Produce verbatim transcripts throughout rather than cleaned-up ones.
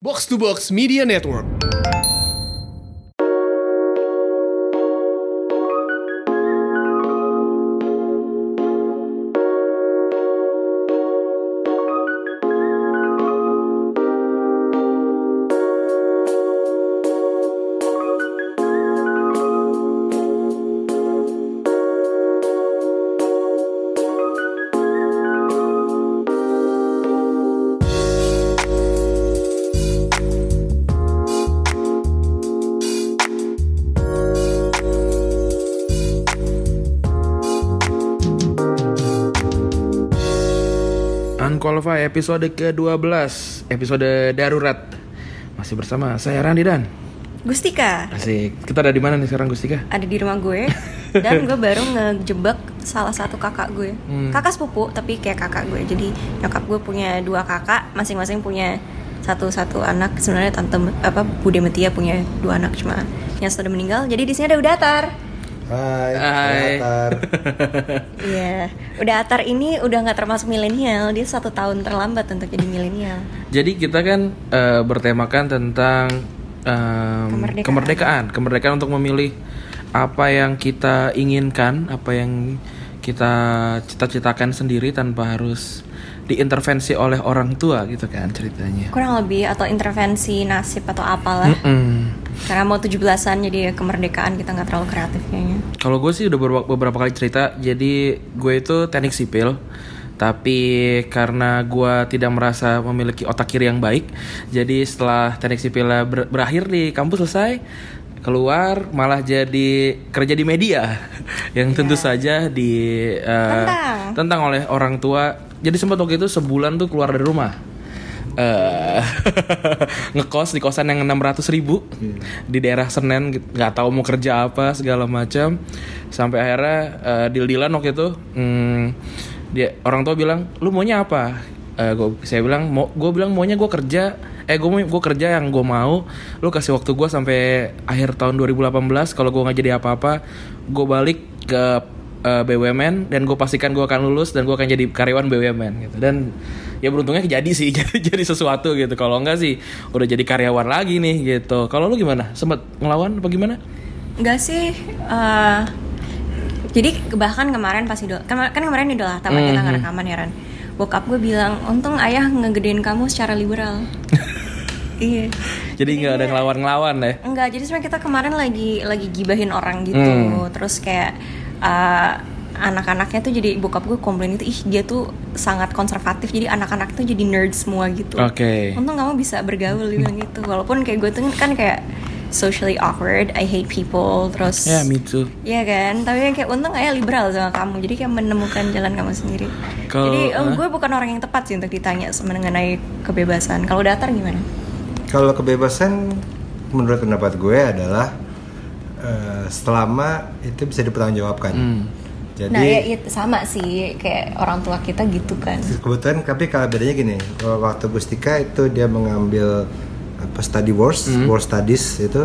Box to Box Media Network. Unqualified episode kedua belas, episode darurat. Masih bersama saya Randi dan Gustika. Asik. Kita ada di mana nih sekarang, Gustika? Ada di rumah gue. Dan gue baru ngejebak salah satu kakak gue. hmm. Kakak sepupu tapi kayak kakak gue. Jadi nyokap gue punya dua kakak, masing-masing punya satu-satu anak. Sebenarnya tante apa Bude Metia punya dua anak, cuma yang sudah meninggal. Jadi di sini ada Udatar. Hai, Hai. Udatar. Iya, Udatar ini udah nggak termasuk milenial, dia satu tahun terlambat untuk jadi milenial. Jadi kita kan uh, bertemakan tentang um, kemerdekaan. kemerdekaan, kemerdekaan untuk memilih apa yang kita inginkan, apa yang kita cita-citakan sendiri tanpa harus diintervensi oleh orang tua gitu kan ceritanya. Kurang lebih, atau intervensi nasib atau apalah. Mm-mm. Karena mau tujuh belasan jadi kemerdekaan kita nggak terlalu kreatif kayaknya. Kalau gue sih udah beberapa, beberapa kali cerita. Jadi gue itu teknik sipil, tapi karena gue tidak merasa memiliki otak kiri yang baik, jadi setelah teknik sipilnya ber- berakhir di kampus selesai, keluar malah jadi kerja di media yang tentu yeah. saja di uh, Tentang. tentang oleh orang tua. Jadi sempat waktu itu sebulan tuh keluar dari rumah, uh, ngekos di kosan yang enam ratus ribu hmm. di daerah Senen, nggak tahu mau kerja apa segala macam, sampai akhirnya uh, deal-dealan waktu itu. Hmm, dia orang tua bilang, lu maunya apa? Uh, gua, saya bilang, mau, gue bilang maunya gue kerja. Eh gue gue kerja yang gue mau. Lu kasih waktu gue sampai akhir tahun dua ribu delapan belas. Kalau gue nggak jadi apa-apa, gue balik ke uh, B U M N dan gue pastikan gue akan lulus dan gue akan jadi karyawan B U M N gitu. Dan ya beruntungnya jadi sih, jadi jadi sesuatu gitu. Kalau enggak sih udah jadi karyawan lagi nih gitu. Kalau lu gimana? Sempet ngelawan apa gimana? Enggak sih. Uh, jadi bahkan kemarin pas idol, kan, kan kemarin idol lah, tamat kita Mm-hmm. ngerekaman ya Ran. Bokap gue bilang, untung ayah ngegedein kamu secara liberal. Iya. Jadi nggak ada ngelawan-ngelawan ya? Enggak, jadi sebenarnya kita kemarin lagi lagi gibahin orang gitu. Hmm. Terus kayak uh, anak-anaknya tuh jadi bokap gue komplain gitu, ih dia tuh sangat konservatif, jadi anak-anak tuh jadi nerd semua gitu. Oke. Okay. Untung kamu bisa bergaul, dia bilang gitu. Walaupun kayak gue tuh kan kayak socially awkward, I hate people, terus ya yeah, me too. Iya kan, tapi yang kayak untung ayah liberal sama kamu, jadi kayak menemukan jalan kamu sendiri. Kalo, jadi um, uh? gue bukan orang yang tepat sih untuk ditanya mengenai kebebasan. Kalau Datar gimana? Kalau kebebasan menurut pendapat gue adalah uh, selama itu bisa dipertanggungjawabkan. Hmm. Jadi, nah ya itu sama sih kayak orang tua kita gitu kan. Kebetulan tapi kalau bedanya gini, waktu Gustika itu dia mengambil apa study wars, hmm. war studies itu,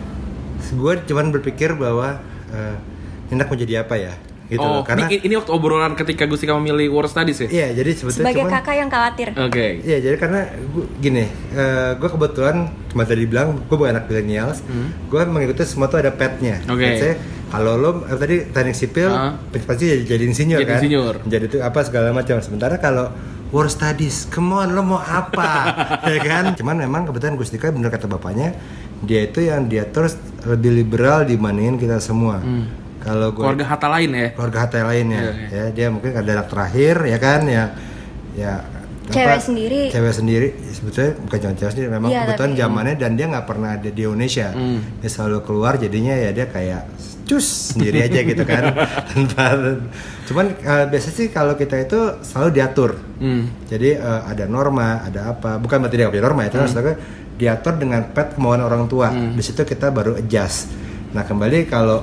gue cuman berpikir bahwa uh, enak mau jadi apa ya. Gitu oh, loh. Karena ini, ini waktu obrolan ketika Gustika memilih war studies ya? Iya, jadi sebetulnya sebagai cuman, kakak yang khawatir. Oke. Okay. Iya, jadi karena gua, gini, uh, gue kebetulan cuma tadi bilang gue bukan anak millennials, hmm. gue mengikuti semua tuh ada petnya. Oke. Okay. Kalau lo eh, tadi teknik sipil, uh. pasti jadi, jadi insinyur jadi kan? Insinyur. Jadi itu apa segala macam. Sementara kalau war studies, come on, lo mau apa? Ya kan? Cuman memang kebetulan Gustika bener kata bapaknya, dia itu yang diatur lebih liberal dibandingin kita semua. Hmm. Kalau gue keluarga Hatta lain ya, keluarga Hatta lainnya, yeah, yeah. ya dia mungkin ada anak terakhir ya kan, ya, ya cewek apa, sendiri, cewek sendiri sebetulnya bukan cuma cewek sendiri, memang yeah, kebetulan tapi, zamannya dan dia nggak pernah ada di Indonesia, mm. dia selalu keluar jadinya ya dia kayak cus sendiri aja gitu kan, tanpa, cuman uh, biasanya sih kalau kita itu selalu diatur, mm. jadi uh, ada norma, ada apa, bukan berarti dia nggak punya norma itu, mm. maksudnya diatur dengan pet kemauan orang tua, mm. di situ kita baru adjust. Nah kembali kalau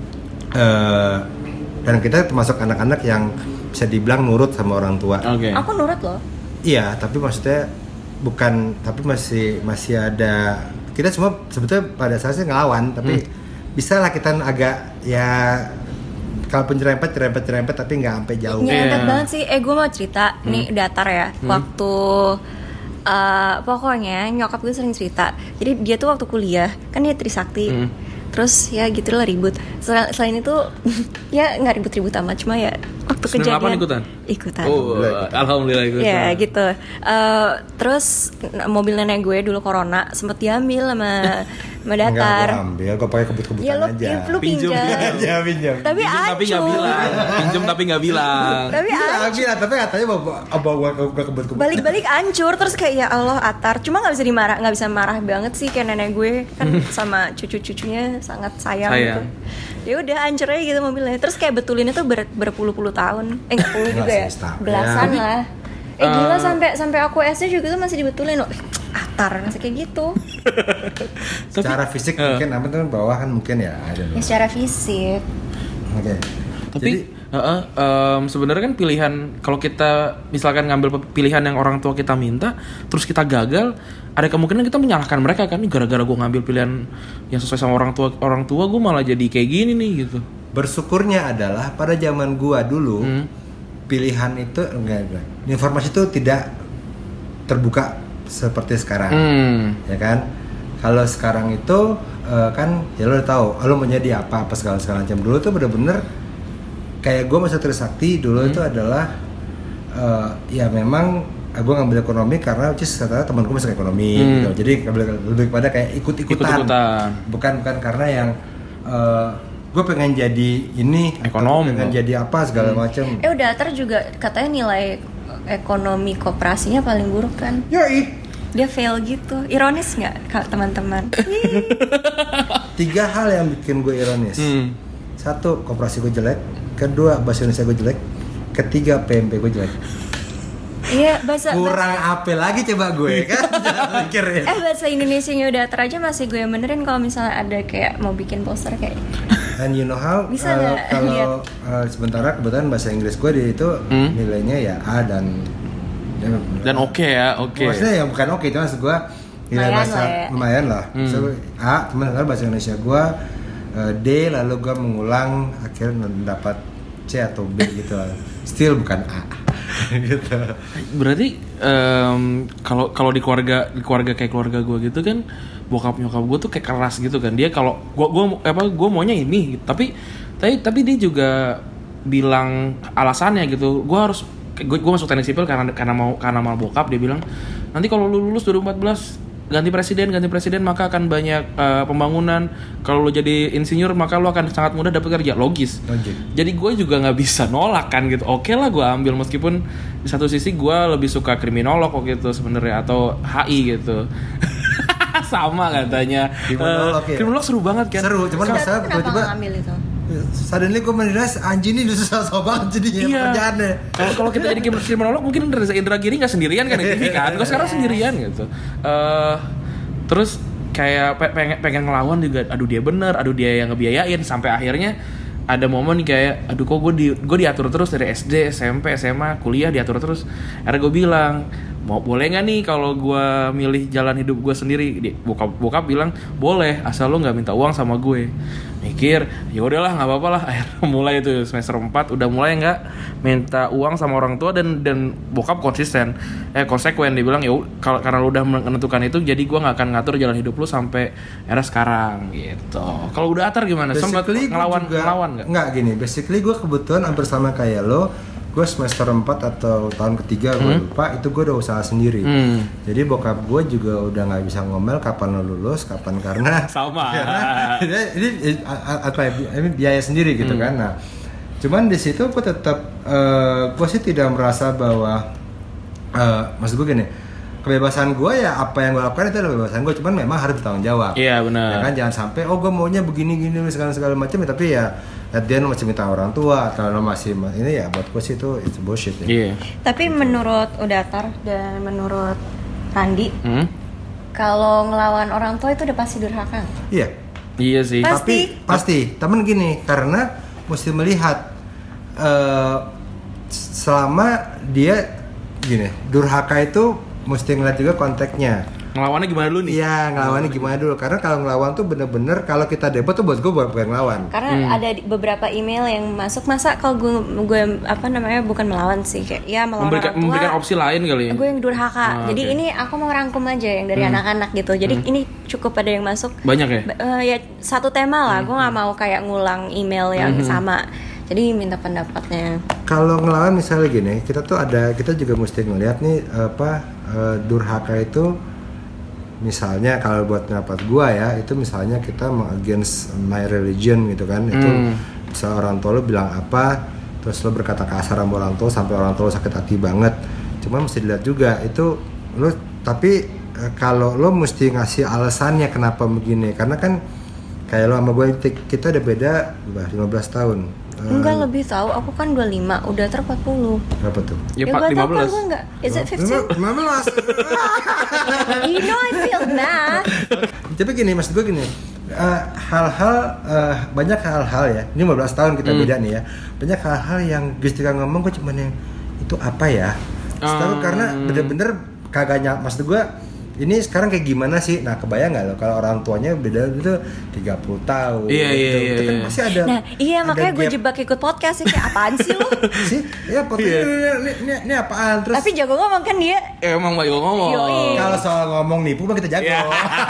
Uh, dan kita termasuk anak-anak yang bisa dibilang nurut sama orang tua. Okay. Aku nurut loh. Iya, tapi maksudnya bukan, tapi masih masih ada. Kita semua sebetulnya pada saatnya ngelawan, tapi hmm. bisa lah kita agak ya kalaupun cerempet cerempet cerempet tapi nggak sampai jauh. Nyerempet yeah. banget sih. Eh gue mau cerita hmm. nih Datar ya. Hmm. Waktu Uh, pokoknya nyokap gue sering cerita. Jadi dia tuh waktu kuliah kan dia Trisakti. Hmm. Terus ya gitu lah ribut. Sel- selain itu ya nggak ribut-ribut amat, cuma ya waktu Seneng kejadian apa ikutan? Ikutan. Oh, alhamdulillah ikutan. Ya gitu. Uh, terus mobil nenek gue dulu Corona sempet diambil sama sama Datar. Enggak, gue ambil, gue pakai kebut-kebutan ya, lo, aja. Ya lu pinjam. Pinjam, pinjam. Tapi pinjam tapi nggak bilang. Pinjam tapi nggak bilang. Tapi bilang, bilang, tapi katanya bawa bawa gue kebut-kebutan. Balik-balik hancur terus kayak ya Allah Atar. Cuma nggak bisa dimarah, nggak bisa marah banget sih kayak nenek gue kan sama cucu-cucunya sangat sayang, sayang. gitu. Ya udah hancur aja gitu mobilnya. Terus kayak betulinnya tuh ber, berpuluh-puluh tahun. Eh nggak puluh juga ya. Belasan ya. lah. Eh gila uh, sampai sampai aku S D juga tuh masih dibetulin loh. Atar masih kayak gitu. Secara fisik uh, mungkin apa tuh bawah kan mungkin ya ada. Ya secara fisik. Oke. Okay. Tapi Jadi, uh, uh, um, sebenarnya kan pilihan kalau kita misalkan ngambil pilihan yang orang tua kita minta, terus kita gagal, ada kemungkinan kita menyalahkan mereka kan, gara-gara gue ngambil pilihan yang sesuai sama orang tua orang tua gue malah jadi kayak gini nih gitu. Bersyukurnya adalah pada zaman gue dulu hmm. pilihan itu enggak, enggak informasi itu tidak terbuka seperti sekarang, hmm. ya kan? Kalau sekarang itu uh, kan ya lo udah tahu, lo mau jadi apa apa segala segala macam. Dulu tuh bener-bener kayak gue masa Trisakti dulu hmm. itu adalah uh, ya memang gue ngambil ekonomi karena which is kata teman gue masuk ekonomi, hmm. gitu. Jadi lebih kepada kayak ikut-ikutan, ikut-ikutan. bukan bukan karena yang uh, gue pengen jadi ini, ekonomi, pengen jadi apa segala hmm. macam. Eh udah Atar juga katanya nilai ekonomi koperasinya paling buruk kan? Yoi. Dia fail gitu, ironis nggak teman-teman? Tiga hal yang bikin gue ironis. Hmm. Satu, koperasi gue jelek. Kedua, bahasa Indonesia gue jelek. Ketiga, P M P gue jelek. Iya, bahasa kurang bahasa, apa lagi coba gue kan? Mikir, ya. Eh bahasa Indonesianya udah Atar aja masih gue benerin kalau misalnya ada kayak mau bikin poster kayak. And you know how? Bisa uh, kalau uh, sementara kebetulan bahasa Inggris gue di itu hmm? nilainya ya A dan dan oke okay ya, oke. Okay. Maksudnya ya bukan oke, okay, cuma maksud gue nilai bahasa ya. lumayan lah. Hmm. So, A, cuma kalau bahasa Indonesia gue uh, D, lalu gue mengulang akhirnya mendapat C atau B gitu. Still bukan A. Gitu. Berarti kalau um, kalau di keluarga di keluarga kayak keluarga gue gitu kan, bokap nyokap gue tuh kayak keras gitu kan. Dia kalau gue gue apa gue maunya ini gitu. tapi tapi tapi dia juga bilang alasannya gitu. Gue harus gue gue masuk teknik sipil karena karena mau karena mau bokap. Dia bilang nanti kalau lu lulus dua ribu empat belas ganti presiden ganti presiden maka akan banyak uh, pembangunan. Kalau lu jadi insinyur maka lu akan sangat mudah dapat kerja. Logis. Logis. Jadi gue juga nggak bisa nolak kan gitu. Oke lah gue ambil, meskipun di satu sisi gue lebih suka kriminolog kok gitu sebenarnya, atau H I gitu. Sama katanya. Kriminolog, uh, ya? Kriminolog seru banget kan. Seru, cuman masalah tiba-tiba ngambil itu. Suddenly gue menjelas anjing ini susah-susah banget jadinya iya. pekerjaannya. Kalau kalau kita jadi kriminolog mungkin Reza Indragiri nggak sendirian kan di T V kan. Gue sekarang sendirian gitu. Uh, terus kayak pengen pengen ngelawan juga. Aduh dia bener, aduh dia yang ngebiayain, sampai akhirnya ada momen kayak aduh kok gue di gue diatur terus dari S D, S M P, S M A, kuliah diatur terus. Akhirnya gue bilang mau boleh nggak nih kalau gue milih jalan hidup gue sendiri. Bokap bokap bilang boleh asal lo nggak minta uang sama gue. Mikir ya udahlah nggak apa-apa lah. Akhirnya mulai itu semester empat udah mulai nggak minta uang sama orang tua, dan dan bokap konsisten eh konsekuen. Dia bilang ya kalau karena lu udah menentukan itu jadi gue nggak akan ngatur jalan hidup lu sampai era sekarang gitu. Kalau udah Atar gimana? Sempat ngelawan ngelawan nggak? Nggak gini, basically gue kebetulan hampir sama kayak lo. Gue semester empat atau tahun ketiga gue hmm? lupa, itu gue udah usaha sendiri. hmm. Jadi bokap gue juga udah gak bisa ngomel kapan lo lulus, kapan karena sama karena ini apa ya, ini biaya sendiri gitu hmm. kan. Nah cuman di situ gue tetap uh, gue sih tidak merasa bahwa uh, maksud gue gini, kebebasan gue ya apa yang gue lakukan itu adalah kebebasan gue, cuman memang harus bertanggung jawab. Iya benar. Ya kan, jangan sampai oh gue maunya begini gini segala segala macam ya, tapi ya at the end lo masih minta orang tua atau lo masih ini, ya buat gue sih itu it's bullshit ya. Yeah. Tapi menurut Udatar dan menurut Randi, hmm? kalau ngelawan orang tua itu udah pasti durhaka. Iya. Iya sih. Pasti. Tapi pasti. Temen gini, karena mesti melihat uh, selama dia gini, durhaka itu mesti ngeliat juga konteksnya. Ngelawannya gimana dulu nih? Iya, ngelawannya gimana dulu? Karena kalau ngelawan tuh bener-bener kalau kita debat tuh buat gue bukan ngelawan. Karena hmm. ada beberapa email yang masuk, masa kalau gue gue apa namanya bukan melawan sih, kayak ya melawan memberikan, orang tua. Memberikan opsi lain kali ya. Gue yang durhaka. Oh, jadi okay. ini aku mau rangkum aja yang dari hmm. anak-anak gitu. Jadi hmm. ini cukup ada yang masuk. Banyak ya? Uh, ya satu tema lah. Hmm. Gue nggak mau kayak ngulang email yang hmm. sama. Jadi minta pendapatnya. Kalau ngelawan misalnya gini, kita tuh ada, kita juga mesti ngeliat nih apa uh, durhaka itu, misalnya kalau buat pendapat gua ya, itu misalnya kita against my religion gitu kan, itu mm. seorang tua lo bilang apa, terus lo berkata kasar sama orang tua sampai orang tua lo sakit hati banget. Cuma mesti dilihat juga itu lo, tapi uh, kalau lo mesti ngasih alasannya kenapa begini, karena kan kayak lo sama gue kita udah beda lima belas tahun. Enggak, uh, lebih tahu, aku kan dua puluh lima, udah ter empat puluh. Berapa tuh? Ya, ya lima belas. Gue enggak. Is it fifteen? lima belas. You know I feel bad. Tapi gini, maksud gue gini, uh, hal-hal uh, banyak hal-hal ya. Ini lima belas tahun kita hmm. beda nih ya. Banyak hal-hal yang ketika ngomong gue cuman yang itu apa ya? Setahu um. karena bener-bener kagak nyampe, maksud gue ini sekarang kayak gimana sih? Nah, kebayang nggak lo kalau orang tuanya beda itu tiga puluh tahun. Iya, iya, gitu. iya. Itu kan pasti ada. Nah, iya ada makanya gue gap. jebak ikut podcast sih, kayak apaan sih lo? Sih, ya podcast yeah. ini, ini, ini apaan? Terus tapi jago ngomong kan dia. Eh, emang jago ngomong. Kalau soal ngomong nipu mah kita jago. Yeah.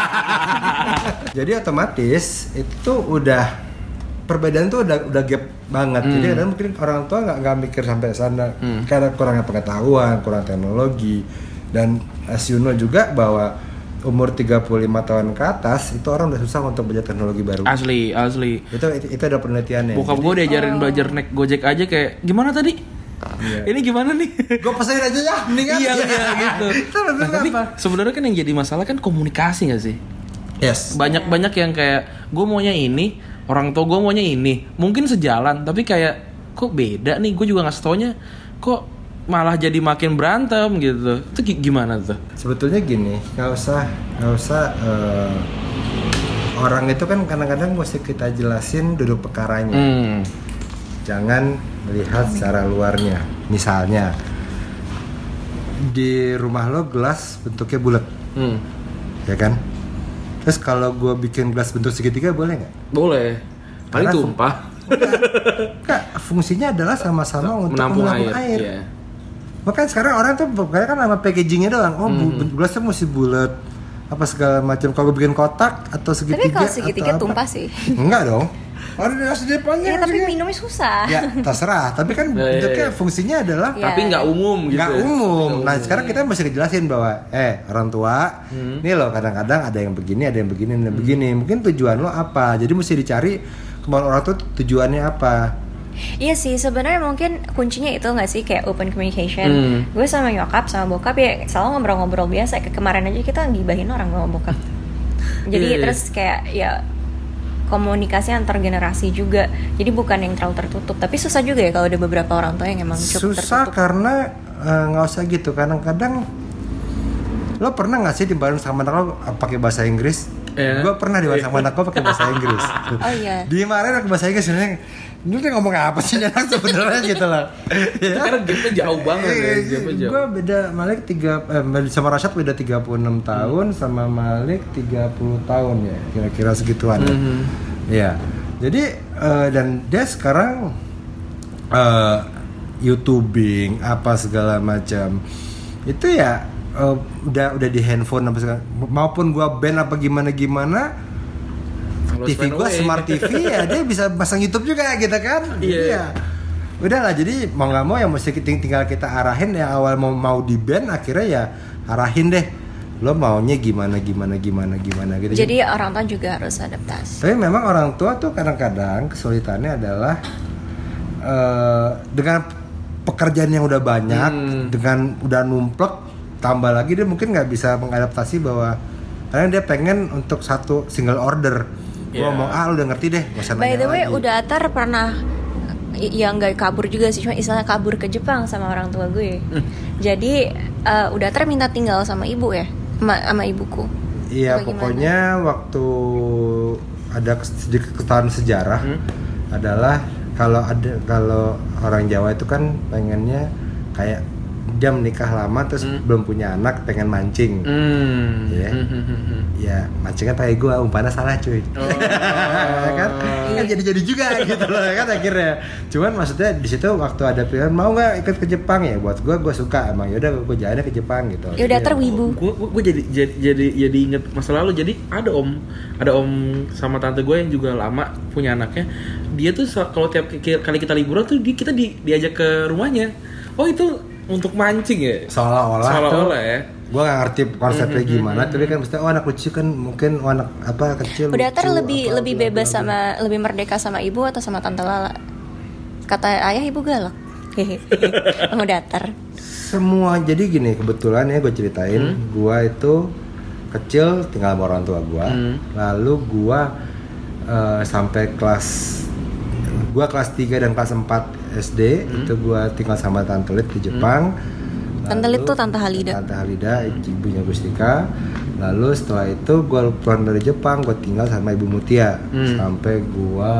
Jadi otomatis itu udah perbedaan tuh udah udah gap banget. Hmm. Jadi kadang mungkin orang tua nggak nggak mikir sampai sana hmm. karena kurangnya pengetahuan, kurang teknologi. Dan as you know juga bahwa umur tiga puluh lima tahun ke atas itu orang udah susah untuk belajar teknologi baru. Asli, asli. Itu itu, itu ada penelitiannya. Bokap gue diajarin oh. belajar naik Gojek aja kayak gimana tadi? Iya. Ini gimana nih? Gue pesenin aja ya, mendingan. Iya, iya gitu. Nah, tapi sebenarnya kan yang jadi masalah kan komunikasi nggak sih? Yes. Banyak-banyak yang kayak gue maunya ini, orang tua gue maunya ini. Mungkin sejalan, tapi kayak kok beda nih? Gue juga nggak setaunya kok malah jadi makin berantem gitu. Itu gimana tuh? Sebetulnya gini, nggak usah nggak usah uh, orang itu kan kadang-kadang mesti kita jelasin duduk perkaranya. Hmm. Jangan melihat secara luarnya. Misalnya di rumah lo gelas bentuknya bulat, hmm. ya kan? Terus kalau gue bikin gelas bentuk segitiga boleh nggak? Boleh. Paling tumpah. Enggak, fungsinya adalah sama-sama untuk menampung air. air. Yeah. Makanya sekarang orang tuh kayak kan sama packagingnya doang. Oh, hmm. gelasnya mesti bulat, apa segala macam. Kalau bikin kotak atau segitiga. Tapi kalau segitiga tumpah sih. Enggak dong. Ada nasi depannya. Ya, tapi minumnya susah. Ya terserah. Tapi kan bentuknya fungsinya adalah. Ya. Tapi nggak umum gitu. Nggak umum. Nah sekarang kita mesti kejelasin bahwa, eh orang tua, hmm. nih loh kadang-kadang ada yang begini, ada yang begini, ada yang hmm. begini. Mungkin tujuan lo apa? Jadi mesti dicari kemauan orang tuh tujuannya apa. Iya sih, sebenarnya mungkin kuncinya itu nggak sih, kayak open communication. Hmm. Gue sama nyokap sama bokap ya selalu ngobrol-ngobrol biasa. Kayak kemarin aja kita ngibahin orang sama bokap. Jadi yeah, terus kayak ya komunikasi antar generasi juga. Jadi bukan yang terlalu tertutup. Tapi susah juga ya kalau ada beberapa orang tua yang emang cukup tertutup. Susah karena nggak uh, usah gitu. Kadang-kadang lo pernah nggak sih dibareng sama anak lo pakai bahasa Inggris? Yeah. Gue pernah dibareng sama anak gue pakai bahasa Inggris. Oh iya. Dimarahin pakai bahasa Inggris sebenarnya. Lu tuh ngomong apa sih anak sebenarnya gitu lah. Ya. Karena gapnya jauh banget ya. Gue beda Malik tiga eh, sama Rashad beda tiga puluh enam tahun, hmm. sama Malik tiga puluh tahun ya, kira-kira segituan. Hmm. Ya. Jadi uh, dan dia sekarang uh, YouTubing apa segala macam. Itu ya uh, udah udah di handphone apa segala, maupun gue band apa gimana gimana. T V gue smart T V ya dia bisa pasang YouTube juga gitu kan. Iya. Yeah. Udahlah, jadi mau nggak mau ya mesti tinggal kita arahin. Ya awal mau mau di band akhirnya ya arahin deh. Lo maunya gimana gimana gimana gimana gitu. Jadi orang tua juga harus adaptasi. Tapi memang orang tua tuh kadang-kadang kesulitannya adalah uh, dengan pekerjaan yang udah banyak, hmm. dengan udah numplek, tambah lagi dia mungkin nggak bisa mengadaptasi bahwa karena dia pengen untuk satu single order. Gue yeah. mau ah lu udah ngerti deh. By the way, lagi. Udah Atar pernah yang nggak kabur juga sih, cuma istilahnya kabur ke Jepang sama orang tua gue. Mm. Jadi uh, Udah Atar minta tinggal sama ibu ya, sama, sama ibuku. Iya pokoknya waktu ada sedikit kesalahan sejarah hmm? adalah kalau ada kalau orang Jawa itu kan pengennya kayak dia menikah lama terus hmm. belum punya anak, pengen mancing. Hmm. Ya. Hmm. Ya, mancingnya pakai gue, umpannya salah cuy. Oh. kan? Kan jadi-jadi juga gitu loh kan akhirnya. Cuman maksudnya di situ waktu ada pilihan mau nggak ikut ke Jepang ya, buat gue gue suka emang. Yaudah gue jalannya ke Jepang gitu. Ya udah terwibu. Gue gue jadi jadi jadi jadi inget masa lalu. Jadi ada om ada om sama tante gue yang juga lama punya anaknya. Dia tuh kalau tiap kali kita liburan tuh di, kita di, diajak ke rumahnya. Oh itu untuk mancing ya? Seolah-olah. Seolah-olah ya. Gue gak ngerti konsepnya mm-hmm, gimana, mm-hmm. tapi kan mesti oh anak lucu kan mungkin oh anak apa kecil. Udah tar lucu, lebih apa, lebih bebas apa, sama apa. Lebih merdeka sama ibu atau sama tante Lala? Kata ayah ibu galak. Kamu datar. Semua jadi gini kebetulan ya gue ceritain, hmm? gue itu kecil tinggal sama orang tua gue, hmm. lalu gue uh, sampai kelas gue kelas tiga dan kelas empat S D hmm? itu gue tinggal sama tante Lit di Jepang. Hmm. Tante Lit tuh Tante Halida. Tante Halida, ibunya Gustika. Lalu setelah itu gue pulang dari Jepang, gue tinggal sama Ibu Mutia hmm. sampai gue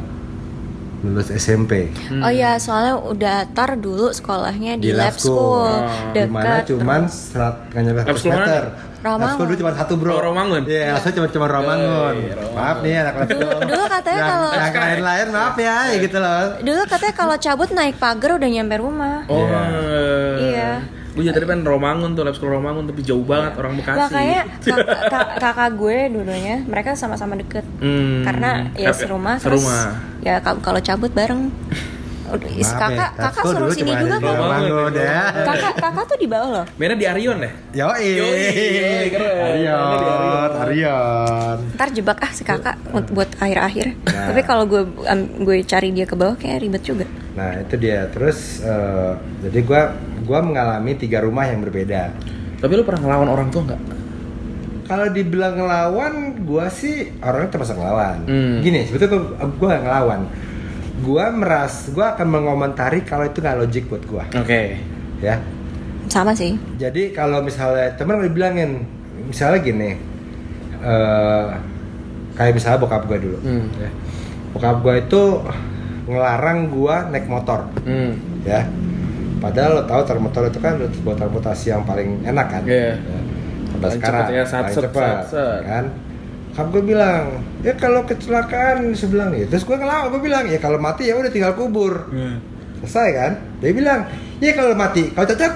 lulus S M P. Hmm. Oh ya, soalnya udah tar dulu sekolahnya di, di lab school, school. Oh. Dimana cuman serat nggak nyampe seratus meter. Lab school dulu cuma satu bro. Oh, Romangun. Iya, yeah, maksudnya cuma cuma Romangun. Oh, iya, maaf nih anak lab school. Dulu katanya kalau yang lain-lain maaf ya, gitu loh. Dulu katanya kalau cabut naik pagar udah nyampe rumah. Oh. Yeah. Iya. Gue jadi tadi kan Romangun tuh, lab school Romangun, tapi jauh banget orang Bekasi. Makanya kakak, kakak, kakak gue dulunya mereka sama-sama deket, hmm. karena ya serumah, terus serumah. Ya kalau cabut bareng. Is, kakak ya, kakak suruh sini juga kok. Ya. Kakak kakak tuh di bawah loh. Mainnya di Arion ya? Yoi. Yoi, keren. Arion, Arion. Ntar jebak ah si kakak buat akhir-akhir. Nah. Tapi kalau gue um, gue cari dia ke bawah kayak ribet juga. Nah itu dia. Terus uh, jadi gue gue mengalami tiga rumah yang berbeda. Tapi lu pernah ngelawan orang tua nggak? Kalau dibilang ngelawan, gue sih orangnya termasuk ngelawan. Hmm. Gini, sebetulnya gue gak ngelawan. Gue meras, gue akan mengomentari kalau itu nggak logik buat gue. Oke. Okay. Ya. Sama sih. Jadi kalau misalnya teman udah bilangin, misalnya gini, uh, kayak misalnya bokap gue dulu. Hmm. Ya. Bokap gue itu ngelarang gue naik motor. Hmm. Ya. Padahal lo tahu motor itu kan buat transportasi yang paling enak kan. Iya. Yeah. Ya. Sampai sekarang ya, paling cepat, kan. Kan gue bilang, ya kalau kecelakaan sebelah nih, terus gue ngelawan, gue bilang, ya kalau mati ya udah tinggal kubur, hmm. selesai kan? Dia bilang, ya kalau mati, kalau cocok,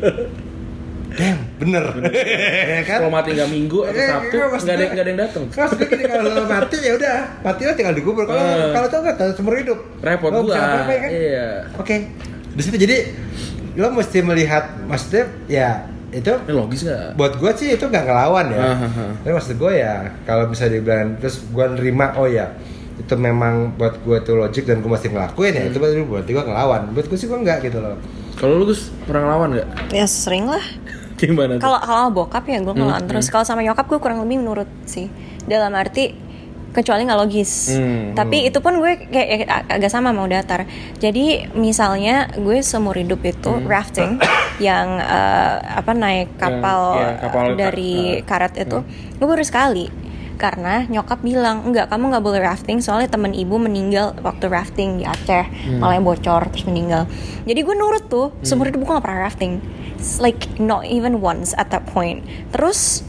damn, bener, kan? Kalau mati nggak minggu atau eh, Sabtu, nggak ada nggak ada yang datang. Kalau gini kalau mati ya udah, mati lah tinggal dikubur. Kalau uh. kalau cocok kan seumur hidup. Repot lo gua. Apa, kan? Iya. Oke. Okay. Di situ jadi lo mesti melihat, maksudnya ya. Itu ini logis gak? Buat gue sih itu gak ngelawan ya. Uh-huh. Tapi maksud gue ya kalau bisa dibilang terus gue nerima oh ya itu memang buat gue tuh logik dan gue mesti ngelakuin ya hmm. itu berarti gue ngelawan. Buat gue sih gue enggak gitu loh. Kalau lu Gus pernah ngelawan gak? Ya sering lah. Gimana? Kalau kalau bokap ya gue ngelawan hmm. terus. Kalau sama nyokap gue kurang lebih menurut sih. Dalam arti kecuali nggak logis, hmm, tapi hmm. itu pun gue kayak agak sama mau datar. Jadi misalnya gue seumur hidup itu hmm. rafting, yang uh, apa naik kapal, ya, ya, kapal dari ka- karet itu, hmm. gue baru sekali. Karena nyokap bilang enggak, kamu nggak boleh rafting soalnya teman ibu meninggal waktu rafting di Aceh, hmm. malah bocor terus meninggal. Jadi gue nurut tuh, seumur hidup gue nggak pernah rafting, it's like not even once at that point. Terus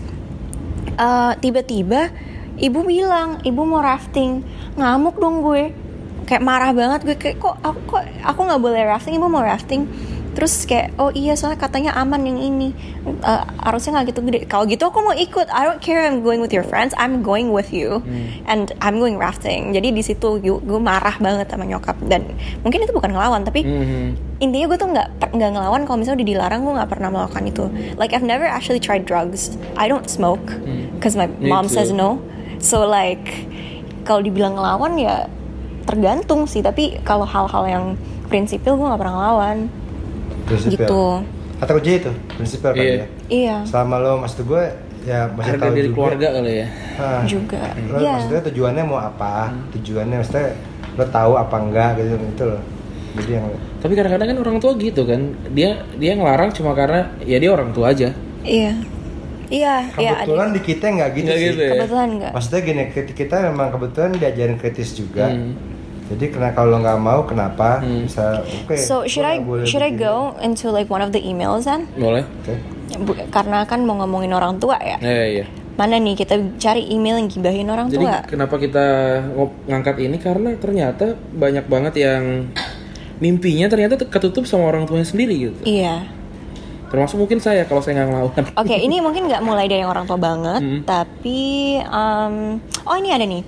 uh, tiba-tiba ibu bilang, ibu mau rafting, ngamuk dong gue, kayak marah banget gue kayak kok aku kok aku nggak boleh rafting, ibu mau rafting, terus kayak oh iya soalnya katanya aman yang ini, uh, harusnya nggak gitu gede, kalau gitu aku mau ikut, I don't care I'm going with your friends, I'm going with you, hmm. and I'm going rafting. Jadi di situ gue, gue marah banget sama nyokap dan mungkin itu bukan ngelawan tapi hmm. intinya gue tuh nggak nggak ngelawan kalau misalnya udah dilarang, gue nggak pernah melakukan itu. Like I've never actually tried drugs, I don't smoke, because my Me mom too. says no. So like kalau dibilang ngelawan ya tergantung sih, tapi kalau hal-hal yang prinsipil gue nggak pernah ngelawan. Prinsipil. Gitu. Kata kunci itu prinsipil kan iya. ya. Iya. Selama lo maksud gue ya masih tahu dari juga. Keluarga kali ya. Ah, juga. Lo yeah. maksudnya tujuannya mau apa? Hmm. Tujuannya maksudnya lo tahu apa enggak gitu itu loh. Jadi yang. Tapi kadang-kadang kan orang tua gitu kan, dia dia ngelarang cuma karena ya dia orang tua aja. Iya. Iya, kebetulan iya, di kita nggak gitu nggak sih. Gitu ya? Kebetulan nggak. Maksudnya gini, kita memang kebetulan diajarin kritis juga. Hmm. Jadi karena kalau nggak mau kenapa hmm. bisa oke. Okay, so should I should I go into like one of the emails then? Boleh. Okay. Karena kan mau ngomongin orang tua ya. Iya yeah, iya. Yeah. Mana nih kita cari email yang gibahin orang Jadi, tua. Jadi kenapa kita ngangkat ini karena ternyata banyak banget yang mimpinya ternyata ketutup sama orang tuanya sendiri gitu. Iya. Termasuk mungkin saya kalau saya nggak ngelawan. Oke, okay, ini mungkin nggak mulai dari orang tua banget, hmm. tapi um, oh ini ada nih.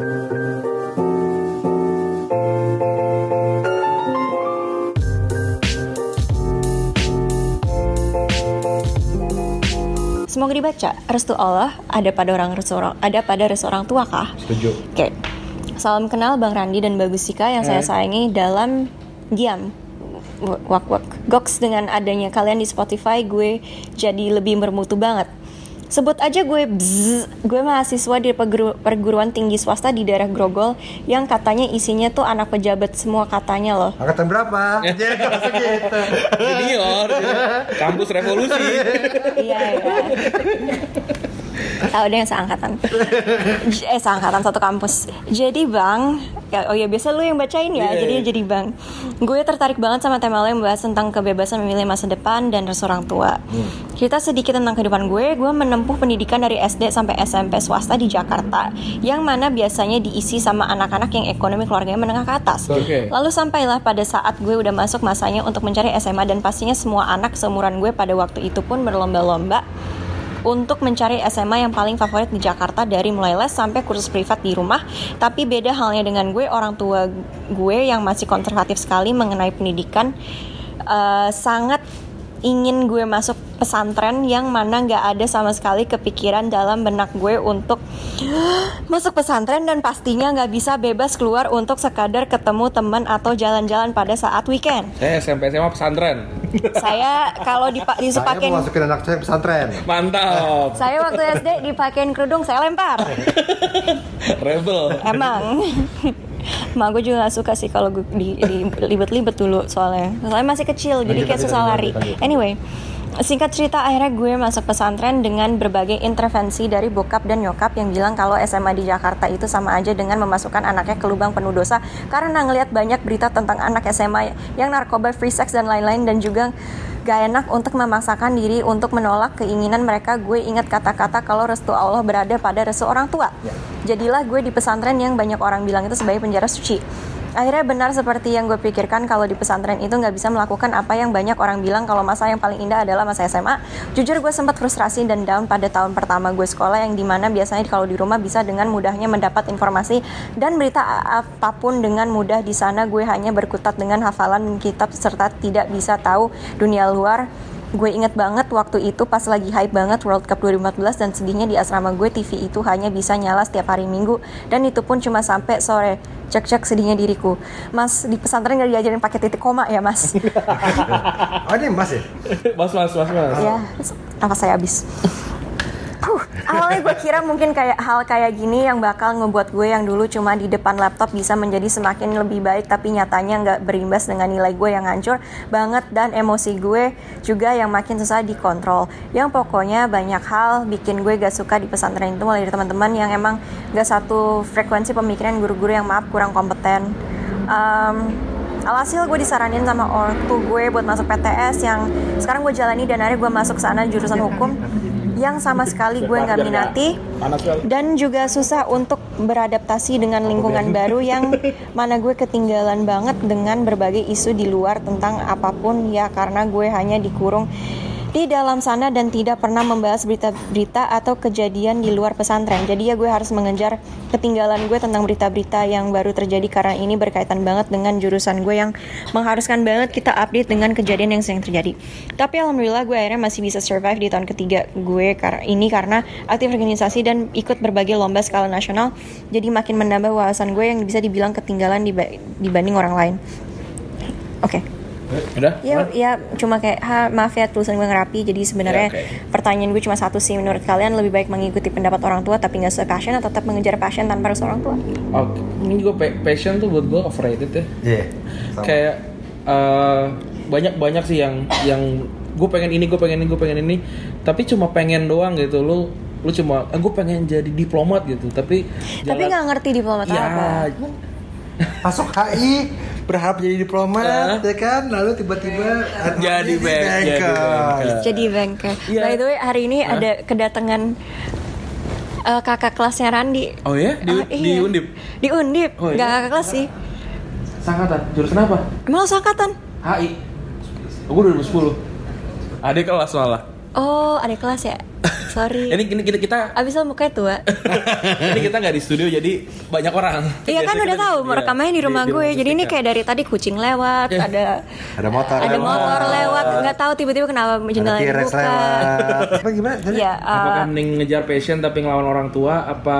Semoga dibaca. Restu Allah ada pada orang restu orang, ada pada restu orang tua kah? Setuju. Oke. Okay. Salam kenal Bang Randi dan Bagusika yang eh. saya sayangi dalam diam. Wak wak. Goks dengan adanya kalian di Spotify gue jadi lebih bermutu banget. Sebut aja gue bzz, gue mahasiswa di perguruan tinggi swasta di daerah Grogol yang katanya isinya tuh anak pejabat semua katanya loh. Angkatan berapa? Jadi masuk gitu. Junior, kampus revolusi. Iya ya. Tahu deh yang seangkatan. Eh seangkatan satu kampus. Jadi Bang, ya, oh ya biasa lu yang bacain ya. Yeah. Jadi jadi Bang. Gue tertarik banget sama tema lo yang membahas tentang kebebasan memilih masa depan dan restu orang tua. Hmm. Cerita sedikit tentang kehidupan gue. Gue menempuh pendidikan dari S D sampai S M P swasta di Jakarta, yang mana biasanya diisi sama anak-anak yang ekonomi keluarganya menengah ke atas. Okay. Lalu sampailah pada saat gue udah masuk masanya untuk mencari S M A, dan pastinya semua anak seumuran gue pada waktu itu pun berlomba-lomba untuk mencari S M A yang paling favorit di Jakarta, dari mulai les sampai kursus privat di rumah. Tapi beda halnya dengan gue, orang tua gue yang masih konservatif sekali mengenai pendidikan, uh, sangat ingin gue masuk pesantren, yang mana gak ada sama sekali kepikiran dalam benak gue untuk masuk pesantren, dan pastinya gak bisa bebas keluar untuk sekadar ketemu teman atau jalan-jalan pada saat weekend. Saya S M P S M A pesantren. Saya kalau dipa- disepakin, saya mau masukin anak saya pesantren. Mantap. Saya waktu S D dipakein kerudung, saya lempar. Rebel. Emang. Mak gue juga gak suka sih kalau gue di, di libet-libet dulu soalnya. Soalnya masih kecil, jadi kayak susah lari. Anyway, singkat cerita akhirnya gue masuk pesantren dengan berbagai intervensi dari bokap dan nyokap yang bilang kalau S M A di Jakarta itu sama aja dengan memasukkan anaknya ke lubang penuh dosa, karena ngelihat banyak berita tentang anak S M A yang narkoba, free sex dan lain-lain, dan juga gak enak untuk memaksakan diri untuk menolak keinginan mereka. Gue ingat kata-kata kalau restu Allah berada pada restu orang tua. Jadilah gue di pesantren yang banyak orang bilang itu sebagai penjara suci. Akhirnya benar seperti yang gue pikirkan, kalau di pesantren itu gak bisa melakukan apa yang banyak orang bilang kalau masa yang paling indah adalah masa S M A. Jujur gue sempat frustrasi dan down pada tahun pertama gue sekolah, yang dimana biasanya kalau di rumah bisa dengan mudahnya mendapat informasi dan berita apapun dengan mudah. Di sana gue hanya berkutat dengan hafalan kitab serta tidak bisa tahu dunia luar. Gue inget banget waktu itu pas lagi hype banget World Cup dua ribu empat belas, dan sedihnya di asrama gue T V itu hanya bisa nyala setiap hari Minggu, dan itu pun cuma sampai sore. Cek-cek sedihnya diriku. Mas, di pesantren gak diajarin pakai titik koma ya Mas? Oh ini Mas ya? Mas, mas, mas, mas. Ya, nafas saya habis. Huh, awalnya gue kira mungkin kayak hal kayak gini yang bakal ngebuat gue yang dulu cuma di depan laptop bisa menjadi semakin lebih baik, tapi nyatanya nggak berimbas dengan nilai gue yang hancur banget dan emosi gue juga yang makin susah dikontrol. Yang pokoknya banyak hal bikin gue gak suka di pesantren itu, mulai dari teman-teman yang emang gak satu frekuensi pemikiran, guru-guru yang maaf kurang kompeten. Um, Alhasil gue disaranin sama ortu gue buat masuk P T S yang sekarang gue jalani, dan akhirnya gue masuk sana jurusan hukum yang sama sekali gue gak minati dan juga susah untuk beradaptasi dengan lingkungan baru, yang mana gue ketinggalan banget dengan berbagai isu di luar tentang apapun ya, karena gue hanya dikurung di dalam sana dan tidak pernah membahas berita-berita atau kejadian di luar pesantren. Jadi ya gue harus mengejar ketinggalan gue tentang berita-berita yang baru terjadi, karena ini berkaitan banget dengan jurusan gue yang mengharuskan banget kita update dengan kejadian yang sedang terjadi. Tapi alhamdulillah gue akhirnya masih bisa survive di tahun ketiga gue ini karena aktif organisasi dan ikut berbagai lomba skala nasional. Jadi makin menambah wawasan gue yang bisa dibilang ketinggalan dibanding orang lain. Oke. Okay. Udah? Ya, ya cuma kayak ha, maaf ya tulisan gue ngerapi. Jadi sebenarnya ya, okay. Pertanyaan gue cuma satu sih, menurut kalian lebih baik mengikuti pendapat orang tua tapi nggak sesuai passion, atau tetap mengejar passion tanpa harus orang tua? Oh, ini juga passion tuh buat gue overrated ya. Iya. Yeah, kayak uh, banyak banyak sih yang yang gue pengen ini, gue pengen ini, gue pengen ini, tapi cuma pengen doang gitu. Lu lu cuma, eh, gue pengen jadi diplomat gitu, tapi tapi nggak ngerti diplomat ya, apa. masuk H I berharap jadi diplomat, ya kan? Lalu tiba-tiba jadi banker. Jadi banker. Iya. By the way, hari ini Hah? ada kedatangan uh, kakak kelasnya Randi. Oh ya? Di, Ah, di iya. Undip? Di Undip, Oh, iya? nggak kakak kelas sih. Sangkatan, jurusan apa? Emang lo seangkatan? H I. Oh, gue dua ribu sepuluh. Adik kelas malah. Oh, ada kelas ya? Sorry. Ini ini kita kita Abis lo mukanya tua. ini kita nggak di studio jadi banyak orang. Iya kan Biasanya udah kita tahu di- rekamannya di rumah di- di gue. rumah Jadi ini Mustika. kayak dari tadi kucing lewat, ada ada motor, ada lewat. motor lewat, nggak tahu tiba-tiba kenapa ada jendela T-Rex dibuka. lewat. Apa gimana? Tadi? Ya, uh, Apakah mending ngejar passion tapi ngelawan orang tua, apa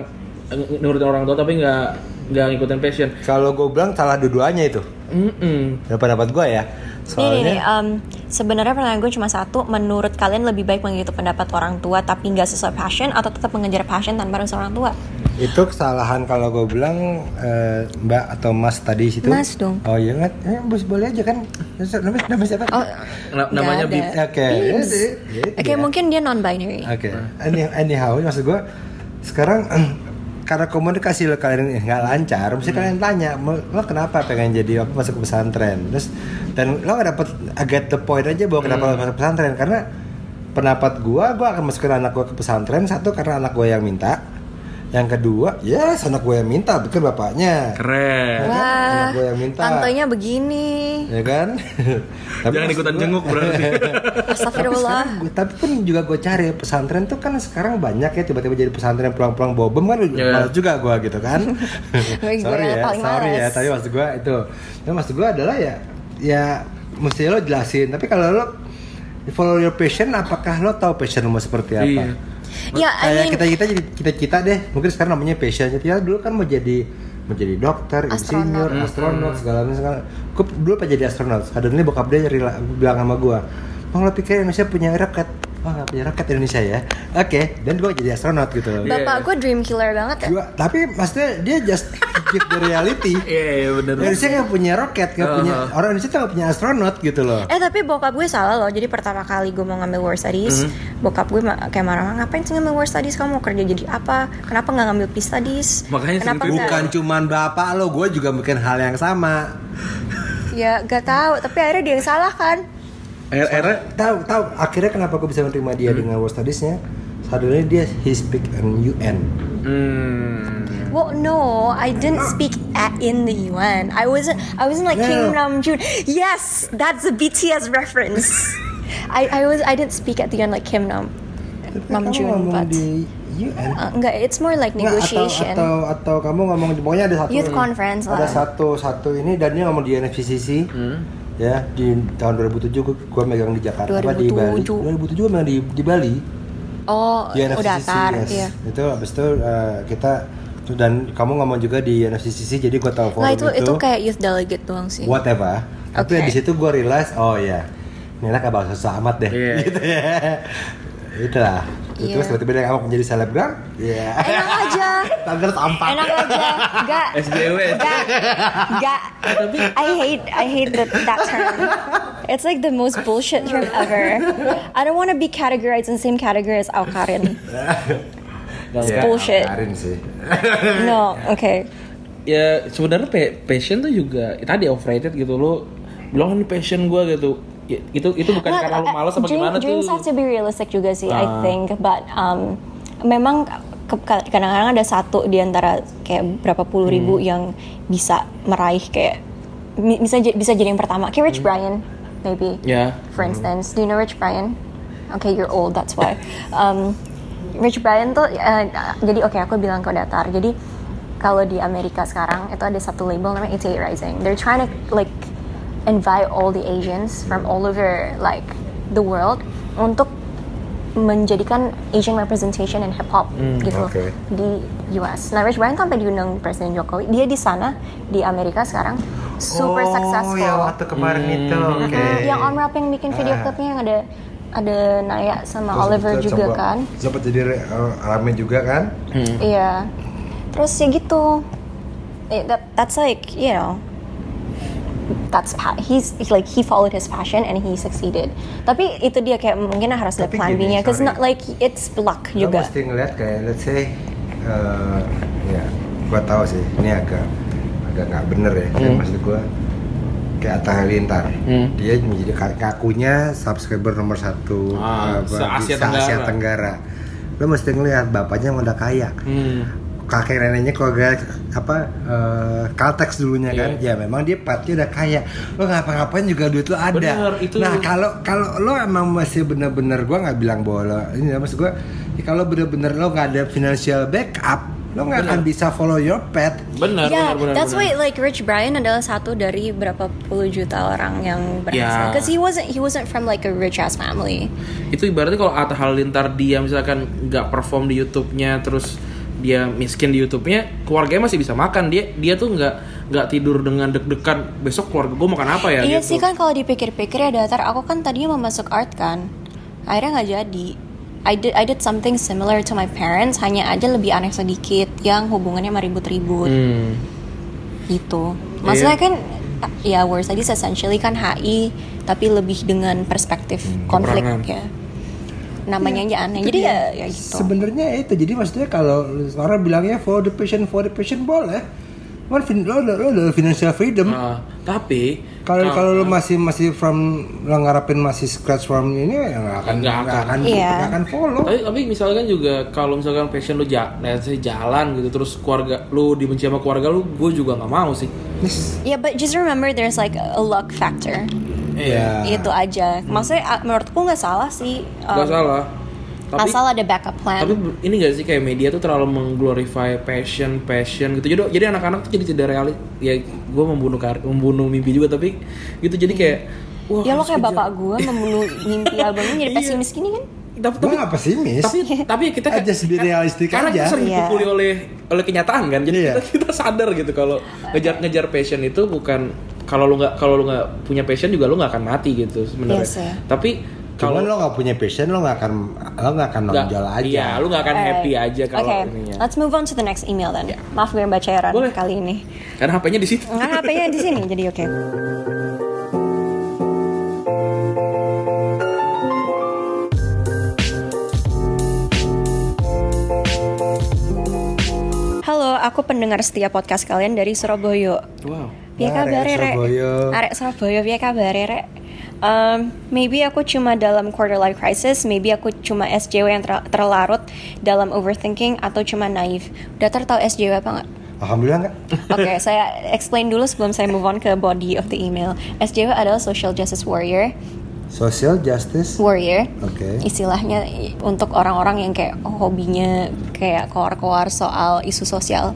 ng- nurutin orang tua tapi nggak nggak ngikutin passion? Kalau gue bilang salah dua-duanya itu. Mm-mm. Ya, pendapat gue ya. Nih, nih, Soalnya nih, um, sebenarnya pertanyaan gue cuma satu. Menurut kalian lebih baik mengikuti pendapat orang tua tapi nggak sesuai passion, atau tetap mengejar passion tanpa harus orang tua? itu kesalahan kalau gue bilang eh, Mbak atau Mas tadi situ. Mas dong. Oh iya nggak? Eh, bos boleh aja kan? Namanya, namanya siapa? Oh, Na- namanya nggak Bib. ada. Oke. Bibs. Ya, ya, itu Oke, dia. mungkin dia non-binary. Oke. Any, anyhow, maksud gue sekarang karena komunikasi lo kalian nggak lancar, mesti Hmm. kalian tanya, lo kenapa pengen jadi apa masuk ke pesantren? Terus dan lo nggak dapet get the point aja bahwa kenapa Hmm. lo masuk pesantren? Karena pendapat gue, gue akan masukin anak gue ke pesantren satu karena anak gue yang minta, yang kedua, ya yes, anak gue yang minta, bukan bapaknya. Keren. Ya kan? Wah, Anak gue yang minta. tantenya begini. Ya kan? Tapi Jangan maksud ikutan gua- jenguk berarti. tapi Astagfirullah. sekarang gue, tapi pun juga gue cari pesantren tuh kan sekarang banyak ya tiba-tiba jadi pesantren pulang-pulang bawa bom kan Yeah. malas juga gue gitu kan. Gue sorry ya, paling sorry ya. males. Tapi maksud gue itu, ya maksud gue adalah ya, ya mesti lo jelasin. Tapi kalau lo follow your passion, apakah lo tahu passion lo mau seperti apa? Iya. Ya, I Kayak mean, kita kita jadi kita kita deh. Mungkin sekarang namanya passion. Kita dulu kan mau jadi mau jadi dokter, insinyur, Astronot. astronot, segala macam. segala. Gue dulu apa jadi astronot. Suddenly bokap dia rela- bilang sama gue, "Bang, lo pikir Indonesia punya roket?" "Oh, nggak punya roket Indonesia ya." Oke, dan gue jadi astronot gitu. Iya. bapak gue dream killer banget ya. Gua, tapi maksudnya dia just give the reality. Iya, iya benar. Indonesia nggak punya roket, nggak punya Uh-huh. orang Indonesia tuh nggak punya astronot gitu loh. Eh tapi bokap gue salah loh. Jadi pertama kali gue mau ngambil War Studies, Mhm. bokap gue ma- kayak marah, ngapain sih ngambil War Studies? Kamu mau kerja jadi apa? Kenapa nggak ngambil Peace Studies? Makanya Kenapa sering nggak? Bukan cuman bapak lo, gue juga bikin hal yang sama. Ya gak tahu. Tapi akhirnya dia yang salah kan. Akhirnya Tahu tahu akhirnya kenapa gue bisa menerima dia Hmm. dengan work studies-nya? Suddenly dia he speak in U N. hmm. Well, no, I didn't speak at, in the U N. I wasn't. I wasn't like Yeah. Kim Namjoon. Yes, that's a B T S reference. I I was. I didn't speak at the U N like Kim Nam Tapi kamu Namjoon, ngomong but di U N. uh, enggak. It's more like Nggak, negotiation. atau, atau atau kamu ngomong pokoknya ada satu Youth conference ada lah. satu satu ini dan dia ngomong di N F C C C Hmm. ya di tahun dua ribu tujuh gue, gue megang di Jakarta apa di Bali dua ribu tujuh. dua ribu tujuh gue megang di di Bali Oh, di N F C C C udah tar, yes. iya. Itu abis itu uh, kita dan kamu ngomong juga di N F C C C jadi gue tahu forum Nah itu itu itu kayak youth delegate doang sih. whatever tapi Oke. di situ gue realize oh ya ini anak bakal susah amat deh Iya. gitu ya itulah Iya. terus tiba-tiba dia ngomong menjadi selebgram ya Enak aja. tagar tampak Enak aja. Gak. S J W. Gak. Gak. I hate. I hate that that term. It's like the most bullshit term ever. I don't want to be categorized in the same category as Al-Karin. It's Ya, bullshit. Karin sih No. Okay. Ya sebenarnya pa- passion tuh juga tadi overrated gitu lo bilang ini passion gue gitu. Ya, itu itu bukan Well, karena lo malas apa dream- gimana dreams tuh. have to be realistic juga sih, I Ah. think. But um, memang ke- ke- kadang-kadang ada satu di antara kayak berapa puluh ribu Hmm. yang bisa meraih kayak mi- bisa j- bisa jadi yang pertama. Kayak Rich Brian, maybe. Ya. For instance, do you know Rich Brian? Okay, you're old, that's why. Um, Rich Brian tuh, uh, jadi oke aku bilang ke datar. Jadi kalau di Amerika sekarang itu ada satu label namanya eighty-eight Rising. They're trying to like invite all the Asians from all over like the world untuk menjadikan Asian representation in hip hop gitu loh, oke. di U S. Nah, Rich Brian sampai diundang Presiden Jokowi. Dia di sana di Amerika sekarang super oh, successful. yang waktu kemarin itu oke Nah, yang Om Rap yang bikin video Ah. klipnya yang ada ada Naya sama Terus Oliver itu juga sempat- kan. sempat jadi uh, rame juga kan Iya. Terus ya gitu. Eh, that, that's like, you know, that's pa- he's like he followed his passion and he succeeded. Tapi itu dia kayak mungkin harus ada Tapi plan gini, B-nya, cause sorry. not like it's luck Lo juga. mesti ngeliat kayak let's say uh, ya gua tahu sih ini agak agak nggak bener ya. Kayak Hmm. maksud gue kayak Atta Halilintar, Hmm. dia menjadi ngakunya subscriber nomor satu Ah, apa, se-Asia di se-Asia Tenggara. Tenggara. Lo mesti ngelihat bapaknya yang udah kaya, Hmm. kakek neneknya keluarga apa uh, Caltex dulunya kan, Iya. ya memang dia patnya udah kaya. Lo ngapa-ngapain juga duit lo ada. Bener, itu- Nah kalau kalau lo emang masih bener-bener, gue nggak bilang bahwa lo ini, maksud gue ya, kalau bener-bener lo nggak ada financial backup, lo nggak akan Bener. bisa follow your path. Benar, Yeah, benar, benar. that's benar. why like Rich Brian adalah satu dari berapa puluh juta orang yang berhasil. Yeah. Because he wasn't he wasn't from like a rich ass family. Itu ibaratnya kalau Atta Halilintar dia misalkan nggak perform di YouTube-nya, terus dia miskin di YouTube-nya, keluarganya masih bisa makan. Dia dia tuh nggak nggak tidur dengan deg-degan besok keluarga gue makan apa ya. Iya gitu. sih kan kalau dipikir-pikir ya datar. Aku kan tadinya mau masuk art kan, akhirnya nggak jadi. I did I did something similar to my parents, hanya aja lebih aneh sedikit, yang hubungannya sama ribut-ribut Hmm. gitu. Maksudnya Iya. kan ya worst tadi essentially kan H I tapi lebih dengan perspektif konflik peperangan. ya. Namanya aja aneh. Itu Jadi dia. ya ya gitu. Sebenarnya itu, jadi maksudnya kalau orang bilangnya for the patient, for the patient boleh. Cuman fin- lo lo lo ada financial freedom. Nah, tapi Kalau kalau lo masih masih from lo ngarapin masih scratch from ini ya nggak akan Nggak nggak akan. akan Iya. nggak akan follow. Tapi, tapi misalkan juga kalau misalkan passion lu ja- let's say jalan gitu, terus keluarga lu dibenci sama keluarga lu, gue juga nggak mau sih. Yes. Yeah, but just remember there's like a luck factor. Iya. Itu aja. Maksudnya ah, menurutku nggak salah sih. um, Nggak salah. Tapi asal ada backup plan. tapi ini gak sih kayak media tuh terlalu mengglorify passion, passion gitu. Jadi jadi anak-anak tuh jadi tidak realis. Ya gue membunuh kar- membunuh mimpi juga, tapi gitu jadi kayak wah. ya lo harus kayak kejar. bapak gue membunuh mimpi albumnya jadi Iya. pesimis gini kan? Tapi Gue tapi nggak pesimis. tapi tapi kita I just be realistic karena aja. kita sering Iya. dipukuli oleh oleh kenyataan kan. Jadi Iya. kita kita sadar gitu kalau ngejar-ngejar passion itu bukan, kalau lu nggak kalau lu nggak punya passion juga lu nggak akan mati gitu sebenarnya. Iya sih. Tapi Cuman kalau lo nggak punya passion, lo nggak akan lo nggak akan nggak- nonjol aja. Iya, lu nggak akan happy Alright. aja kalau okay. ininya. Let's move on to the next email then. Ya. Maaf gue baca Heran Boleh. kali ini. Karena H P-nya di situ. Nggak H P-nya di sini jadi oke. Halo, aku pendengar setia podcast kalian dari Surabaya. Wow. Piye Arek kabare rek? Surabaya. Arek Surabaya piye kabare rek? Um, maybe aku cuma dalam quarter life crisis, maybe aku cuma S J W yang ter- terlarut dalam overthinking atau cuma naif. Udah tahu S J W apa nggak? Alhamdulillah nggak. Oke, saya explain dulu sebelum saya move on ke body of the email. S J W adalah social justice warrior. Social justice. Warrior. Oke. Istilahnya untuk orang-orang yang kayak hobinya kayak koar-koar soal isu sosial.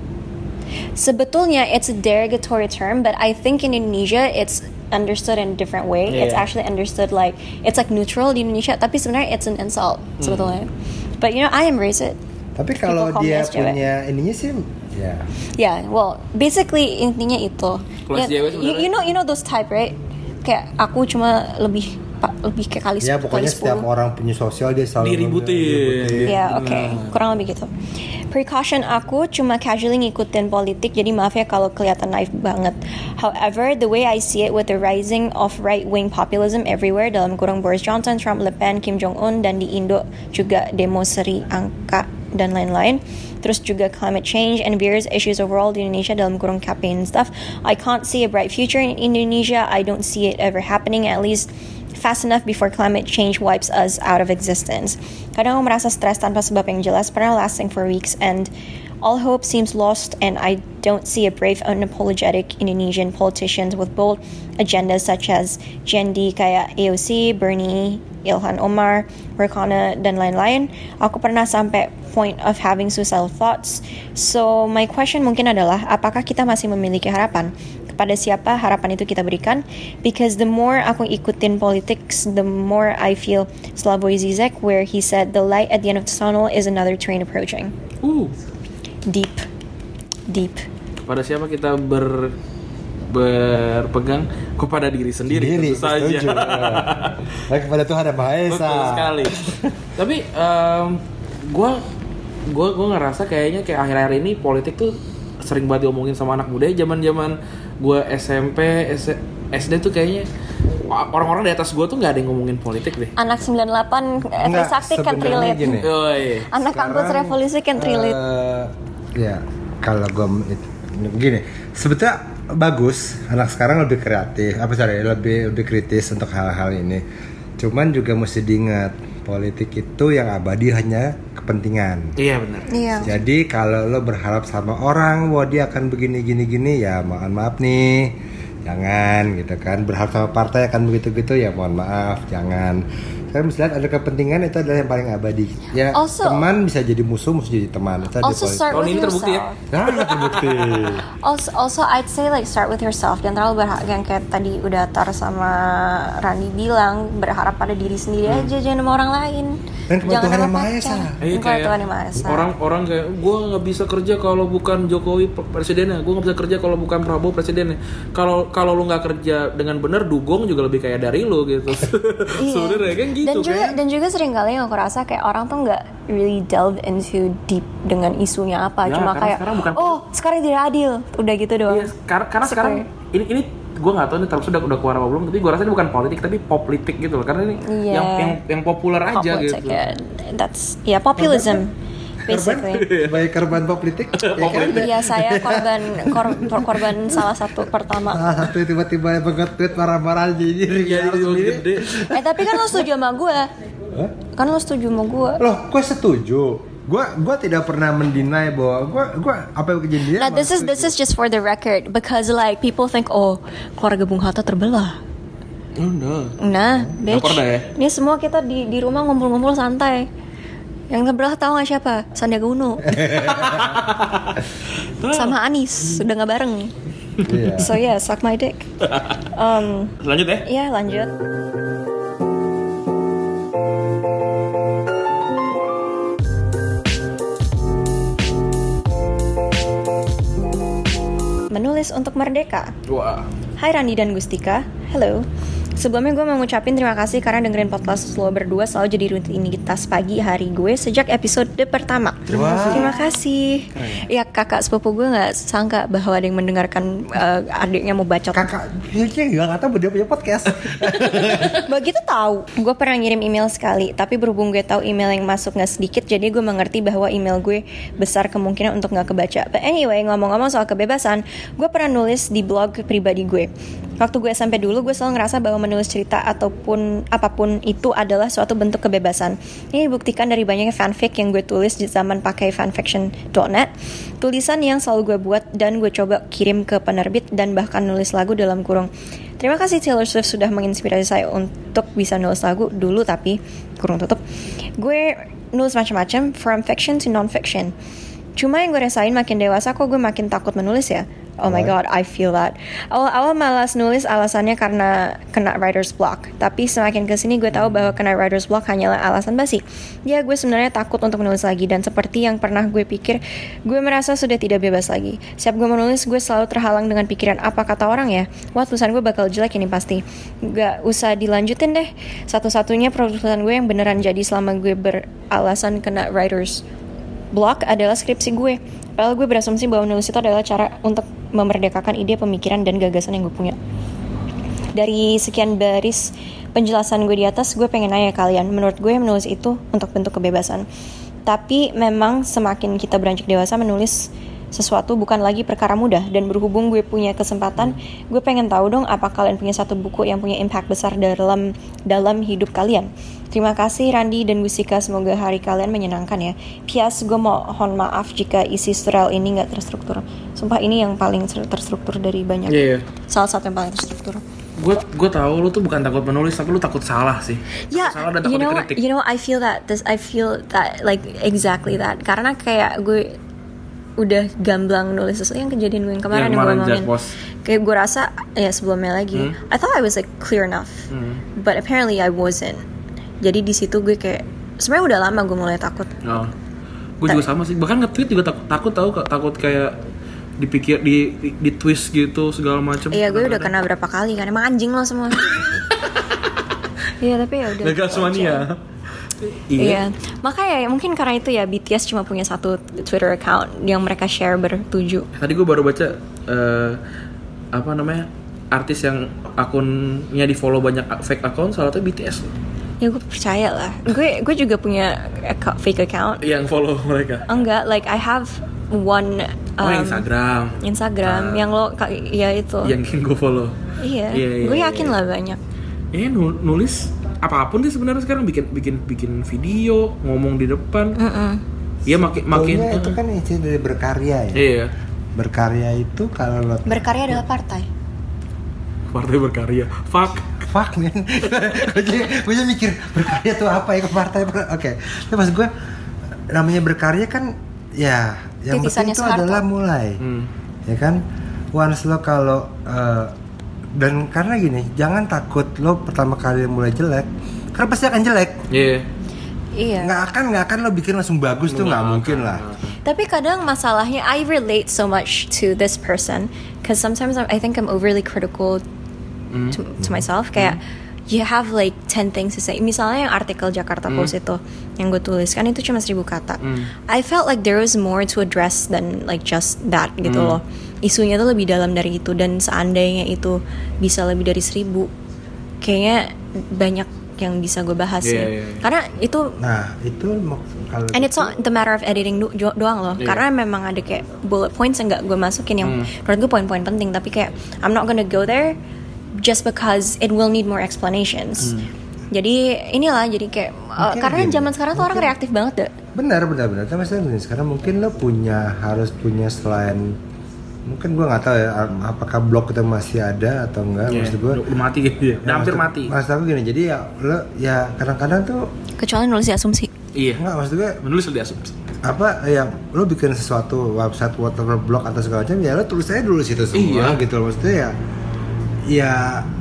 Sebetulnya it's a derogatory term, but I think in Indonesia it's understood in a different way. Yeah. It's actually understood like it's like neutral di Indonesia, tapi sebenarnya it's an insult sebetulnya. But you know, I embrace it. Tapi kalau People call me dia S J W. punya ininya sih, ya. Yeah, well, basically intinya itu. Kalau Ya, S J W you, sebenarnya- you know, you know those type, right? Kayak aku cuma lebih pa- lebih kayak kali Ya kali pokoknya sepuluh. setiap orang punya sosial dia selalu Diributin. diributin. Ya, oke. Kurang lebih gitu. Precaution aku cuma casually ngikutin politik, jadi maaf ya kalau kelihatan naif banget. However, the way I see it with the rising of right-wing populism everywhere, dalam kurung Boris Johnson, Trump, Le Pen, Kim Jong-un, dan di Indo juga demo Sri Angka dan lain-lain. Terus juga climate change and various issues overall di Indonesia dalam kurung campaign and stuff. I can't see a bright future in Indonesia. I don't see it ever happening, at least fast enough before climate change wipes us out of existence. Kadang aku merasa stres tanpa sebab yang jelas, pernah lasting for weeks, and all hope seems lost, and I don't see a brave, unapologetic Indonesian politicians with bold agendas such as Jendi kayak A O C, Bernie, Ilhan Omar, Rekana, dan lain-lain. Aku pernah sampai point of having suicidal thoughts. So my question mungkin adalah, apakah kita masih memiliki harapan? Kepada siapa harapan itu kita berikan? Because the more aku ikutin politics, the more I feel Slavoj Zizek, where he said the light at the end of the tunnel is another train approaching. Uh, Deep, deep. kepada siapa kita ber berpegang kepada diri sendiri, Diri, tentu saja. setuju. Baik kepada Tuhan Yang Maha Esa. Betul sekali. Tapi gue gue gue ngerasa kayaknya kayak akhir-akhir ini politik tuh sering banget diomongin sama anak muda. Zaman-zaman gue S M P, S- SD tuh kayaknya orang-orang di atas gue tuh nggak ada yang ngomongin politik deh. Anak sembilan puluh delapan Enggak, Trisakti can sebenarnya relate. gini. Oh, iya. Anak kampus revolusi can relate. Eh, ya kalau gue begini, sebetulnya bagus, anak sekarang lebih kreatif, apa sorry, lebih lebih kritis untuk hal-hal ini. Cuman juga mesti diingat, politik itu yang abadi hanya kepentingan. Iya benar. Iya. Jadi kalau lo berharap sama orang bahwa dia akan begini gini gini, ya mohon maaf nih, jangan gitu kan. Berharap sama partai akan begitu gitu, ya mohon maaf, jangan. Saya mesti lihat ada kepentingan, itu adalah yang paling abadi. Ya Also, teman bisa jadi musuh, musuh jadi teman. Itu Also start Oh, with ini terbukti yourself. ya? Nah, terbukti. Also, also I'd say like start with yourself. Jangan terlalu berharap yang kayak tadi udah Tar sama Rani bilang, berharap pada diri sendiri Hmm. aja, jangan sama orang lain. Dan kepada Jangan Tuhan sama Yang Maha pacar. Esa. Eh, Kepada kayak Tuhan Yang Maha Esa. orang-orang kayak gue nggak bisa kerja kalau bukan Jokowi presidennya, gue nggak bisa kerja kalau bukan Prabowo presidennya. Kalau kalau lu nggak kerja dengan benar, dugong juga lebih kaya dari lu gitu. Iya. Sebenarnya kan gitu dan juga kan. dan juga sering kali yang aku rasa kayak orang tuh nggak really delve into deep dengan isunya apa, Ya, cuma karena kayak sekarang bukan- oh sekarang tidak adil, udah gitu doang. Iya, karena, karena sekarang ini ini gue nggak tahu ini terus udah udah keluar apa belum, tapi gue rasa ini bukan politik tapi politik gitu loh, karena ini Iya. yang yang yang populer aja Politik, gitu. ya. That's ya populism basically. Baik korban politik. Ya kan? Iya, saya korban kor- korban salah satu pertama. Salah satu tiba-tiba nge-tweet marah-marah jadi Iya, itu gede. Eh tapi kan lo setuju sama gue. Hah? Kan lo setuju sama gue. Loh, gue setuju. Gue gue tidak pernah mendinai bahwa gue gue apa yang kejadian. Nah, this is this is just for the record because like people think oh keluarga Bung Hatta terbelah. Oh, no. Nah, bitch. pernah ya? Ini semua kita di di rumah ngumpul-ngumpul santai. Yang terbelah tahu nggak siapa? Sandiaga Uno. Sama Anis udah nggak bareng. Iya. So yeah, suck my dick. Um, Lanjut ya. ya lanjut. Menulis untuk Merdeka. Wah. Hai Randi dan Gustika, hello. Sebelumnya gue mau ngucapin terima kasih karena dengerin podcast lo berdua selalu jadi rutinitas pagi hari gue sejak episode pertama. Terima kasih. Terima kasih. Ya kakak sepupu gue nggak sangka bahwa ada yang mendengarkan uh, adiknya mau bacot. Kakak, dia juga nggak tahu dia punya podcast. Begitu tahu, gue pernah ngirim email sekali, tapi berhubung gue tahu email yang masuk nggak sedikit, jadi gue mengerti bahwa email gue besar kemungkinan untuk nggak kebaca. But anyway, ngomong-ngomong soal kebebasan, gue pernah nulis di blog pribadi gue. Waktu gue S M P dulu, gue selalu ngerasa bahwa menulis cerita ataupun apapun itu adalah suatu bentuk kebebasan. Ini dibuktikan dari banyaknya fanfic yang gue tulis di zaman pakai fanfiction dot net. Tulisan yang selalu gue buat dan gue coba kirim ke penerbit dan bahkan nulis lagu dalam kurung. Terima kasih Taylor Swift sudah menginspirasi saya untuk bisa nulis lagu dulu tapi kurung tutup. Gue nulis macam-macam from fiction to non-fiction. Cuma yang gue rasain makin dewasa kok gue makin takut menulis ya. Oh my god, I feel that. Awal-awal malas nulis alasannya karena kena writer's block. Tapi semakin kesini gue tahu bahwa kena writer's block hanyalah alasan basi. Ya gue sebenarnya takut untuk menulis lagi. Dan seperti yang pernah gue pikir, gue merasa sudah tidak bebas lagi. Setiap gue menulis, gue selalu terhalang dengan pikiran apa kata orang ya. Wah tulisan gue bakal jelek ini pasti. Gak usah dilanjutin deh. Satu-satunya tulisan gue yang beneran jadi selama gue beralasan kena writer's block adalah skripsi gue. Padahal gue berasumsi bahwa menulis itu adalah cara untuk memerdekakan ide, pemikiran, dan gagasan yang gue punya. Dari sekian baris penjelasan gue di atas, gue pengen nanya kalian, menurut gue menulis itu untuk bentuk kebebasan. Tapi memang semakin kita beranjak dewasa, menulis sesuatu bukan lagi perkara mudah. Dan berhubung gue punya kesempatan, gue pengen tahu dong apa kalian punya satu buku yang punya impact besar dalam dalam hidup kalian. Terima kasih Randi dan Gustika, semoga hari kalian menyenangkan ya. P S gue mohon maaf jika isi tutorial ini gak terstruktur. Sumpah ini yang paling terstruktur dari banyak. Iya. Yeah. Salah satu yang paling terstruktur. Gue gue tahu lu tuh bukan takut menulis, tapi lu takut salah sih. Ya, Takut salah dan takut you know, dikritik. you know, I feel that, this, I feel that like exactly that. Karena kayak gue udah gamblang nulis sesuatu yang kejadian gue yang kemarin yang, yang gue kemarin ngomongin. Kayak gue rasa ya sebelumnya lagi, hmm? I thought I was like clear enough, hmm. but apparently I wasn't. Jadi di situ gue kayak sebenarnya udah lama gue mulai takut. Oh. Gue juga sama sih. Bahkan nge-tweet juga takut takut tahu takut kayak dipikir di, di di twist gitu segala macam. Iya, gue udah kena berapa kali kan. Emang anjing lo semua. Iya, tapi ya udah. Gagal semuanya. Iya. Iya. Makanya ya, mungkin karena itu ya B T S cuma punya satu Twitter account yang mereka share bertujuh. Tadi gue baru baca uh, apa namanya? Artis yang akunnya di-follow banyak fake account, salah satu B T S. Ya gue percaya lah. Gue gue juga punya account, fake account. Yang follow mereka. Enggak, like I have one Oh um, Instagram. Instagram Ah. yang lo ka- ya itu. Yang gue follow. Iya. Iya, iya, Gue iya, yakin iya. lah banyak. Eh nul- nulis apapun sih sebenarnya sekarang bikin bikin bikin video ngomong di depan. Mm-mm. Iya makin makin. Pokoknya itu kan inti dari berkarya ya. Iya. Berkarya itu kalau lo Berkarya adalah partai. Partai berkarya. Fuck. fuck nih, gue jadi gue jadi mikir berkarya tuh apa ya ke partai. Oke, okay. Tapi maksud gue namanya berkarya kan ya yang penting Titisannya itu Soeharto. adalah mulai, Hmm. ya kan. Once lo kalau uh, dan karena gini, jangan takut lo pertama kali mulai jelek, karena pasti akan jelek. Iya. Iya. Nggak akan nggak akan lo bikin langsung bagus tuh, nggak mungkin lah. Tapi kadang masalahnya I relate so much to this person because sometimes I'm, I think I'm overly critical Hmm. to, to myself. Kayak you have like ten things to say. Misalnya yang artikel Jakarta Post itu yang gue tulis kan itu cuma seribu kata. Hmm. I felt like there was more to address than like just that gitu loh. Isunya tuh lebih dalam dari itu dan seandainya itu bisa lebih dari seribu, kayaknya banyak yang bisa gue bahas Iya, sih. iya, iya. Karena itu Nah itu mau- kalau and it's not the matter of editing do- do- doang loh. Iya. Karena memang ada kayak bullet points yang gak gue masukin yang menurut gue poin-poin penting. Tapi kayak I'm not gonna go there just because it will need more explanations. Jadi inilah jadi kayak uh, Mungkin karena gini, zaman sekarang tuh orang mungkin- reaktif banget deh. benar benar benar. Tapi maksudnya gini, sekarang mungkin lo punya harus punya selain mungkin gue nggak tahu ya apakah blog itu masih ada atau enggak. Iya. Maksud gue Udah mati gitu ya. Udah hampir mati. Mas tapi gini, jadi ya lo ya kadang-kadang tuh Kecuali nulis di asumsi. Iya. enggak, maksud gue Menulis udah asumsi. apa ya lo bikin sesuatu website whatever blog atau segala macam ya lo tulis aja dulu situ semua Iya. gitu loh. Maksudnya ya ya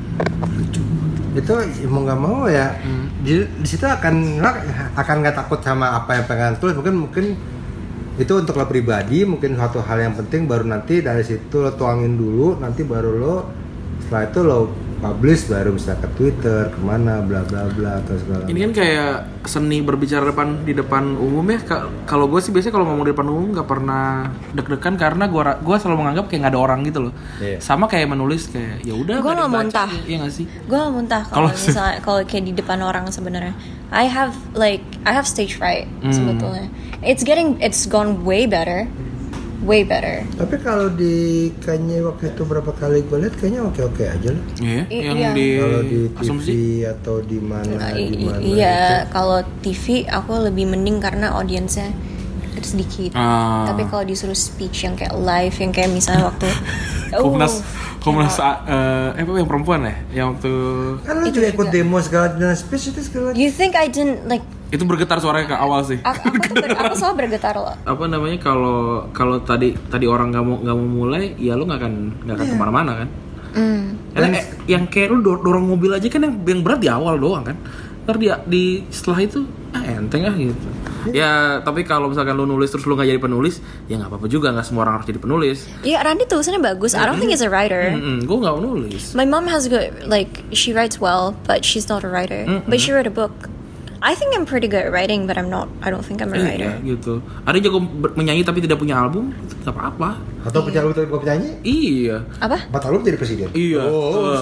itu ya mau nggak mau ya di, di situ akan lo akan nggak takut sama apa yang pengen tulis. Mungkin mungkin itu untuk lo pribadi, mungkin suatu hal yang penting, baru nanti dari situ lo tuangin dulu, nanti baru lo setelah itu lo publish, baru bisa ke Twitter, kemana, bla bla bla atau segala. Ini kan kayak seni berbicara depan di depan umum ya. Ka- Kalau gue sih biasanya kalau ngomong di depan umum nggak pernah deg-degan karena gue gue selalu menganggap kayak nggak ada orang gitu loh. Iya. Sama kayak menulis kayak ya udah. Gue nggak ada nggak yang baca, muntah. Iya nggak sih? Gue gak muntah kalau Kalau- misalnya kalau kayak di depan orang sebenarnya. I have like I have stage fright Hmm. sebetulnya. It's getting it's gone way better, way better. Tapi kalau di kayaknya waktu itu berapa kali gue lihat kayaknya oke oke aja loh. Iya. I- Yang iya. di Kalau di T V asumsi. atau di mana Nah, di i- mana. i- iya, kalau T V aku lebih mending karena audiensnya ada sedikit. Ah. Tapi kalau disuruh speech yang kayak live, yang kayak misalnya waktu uh, Komnas Komnas cannot. eh apa yang perempuan ya? Yang waktu Kan lo Itu juga ikut juga. demo segala dan speech itu segala. You think I didn't like? itu bergetar suaranya ke awal sih. Aku, aku, tuh ber- aku selalu bergetar loh. Apa namanya kalau kalau tadi tadi orang nggak mau nggak mau mulai, ya lu nggak akan nggak akan kemana-mana kan? Mm. Karena eh, yang kayak lu dor- dorong mobil aja kan yang, yang berat di awal doang kan. Ntar di, di setelah itu ah, enteng ah gitu. Ya tapi kalau misalkan lu nulis terus lu nggak jadi penulis, ya nggak apa-apa juga, nggak semua orang harus jadi penulis. Iya, Randy tulisannya bagus. I don't think he's a writer. Gue nggak mau nulis. My mom has good, like, she writes well, but she's not a writer. But she wrote a book. I think I'm pretty good at writing, but I'm not. I don't think I'm a writer. Iya gitu. Ada yang jago ber- menyanyi tapi tidak punya album, itu nggak apa-apa. Atau punya lu gue penyanyi? Iya. Apa? Empat tahun jadi presiden. Iya. Oh. Uh,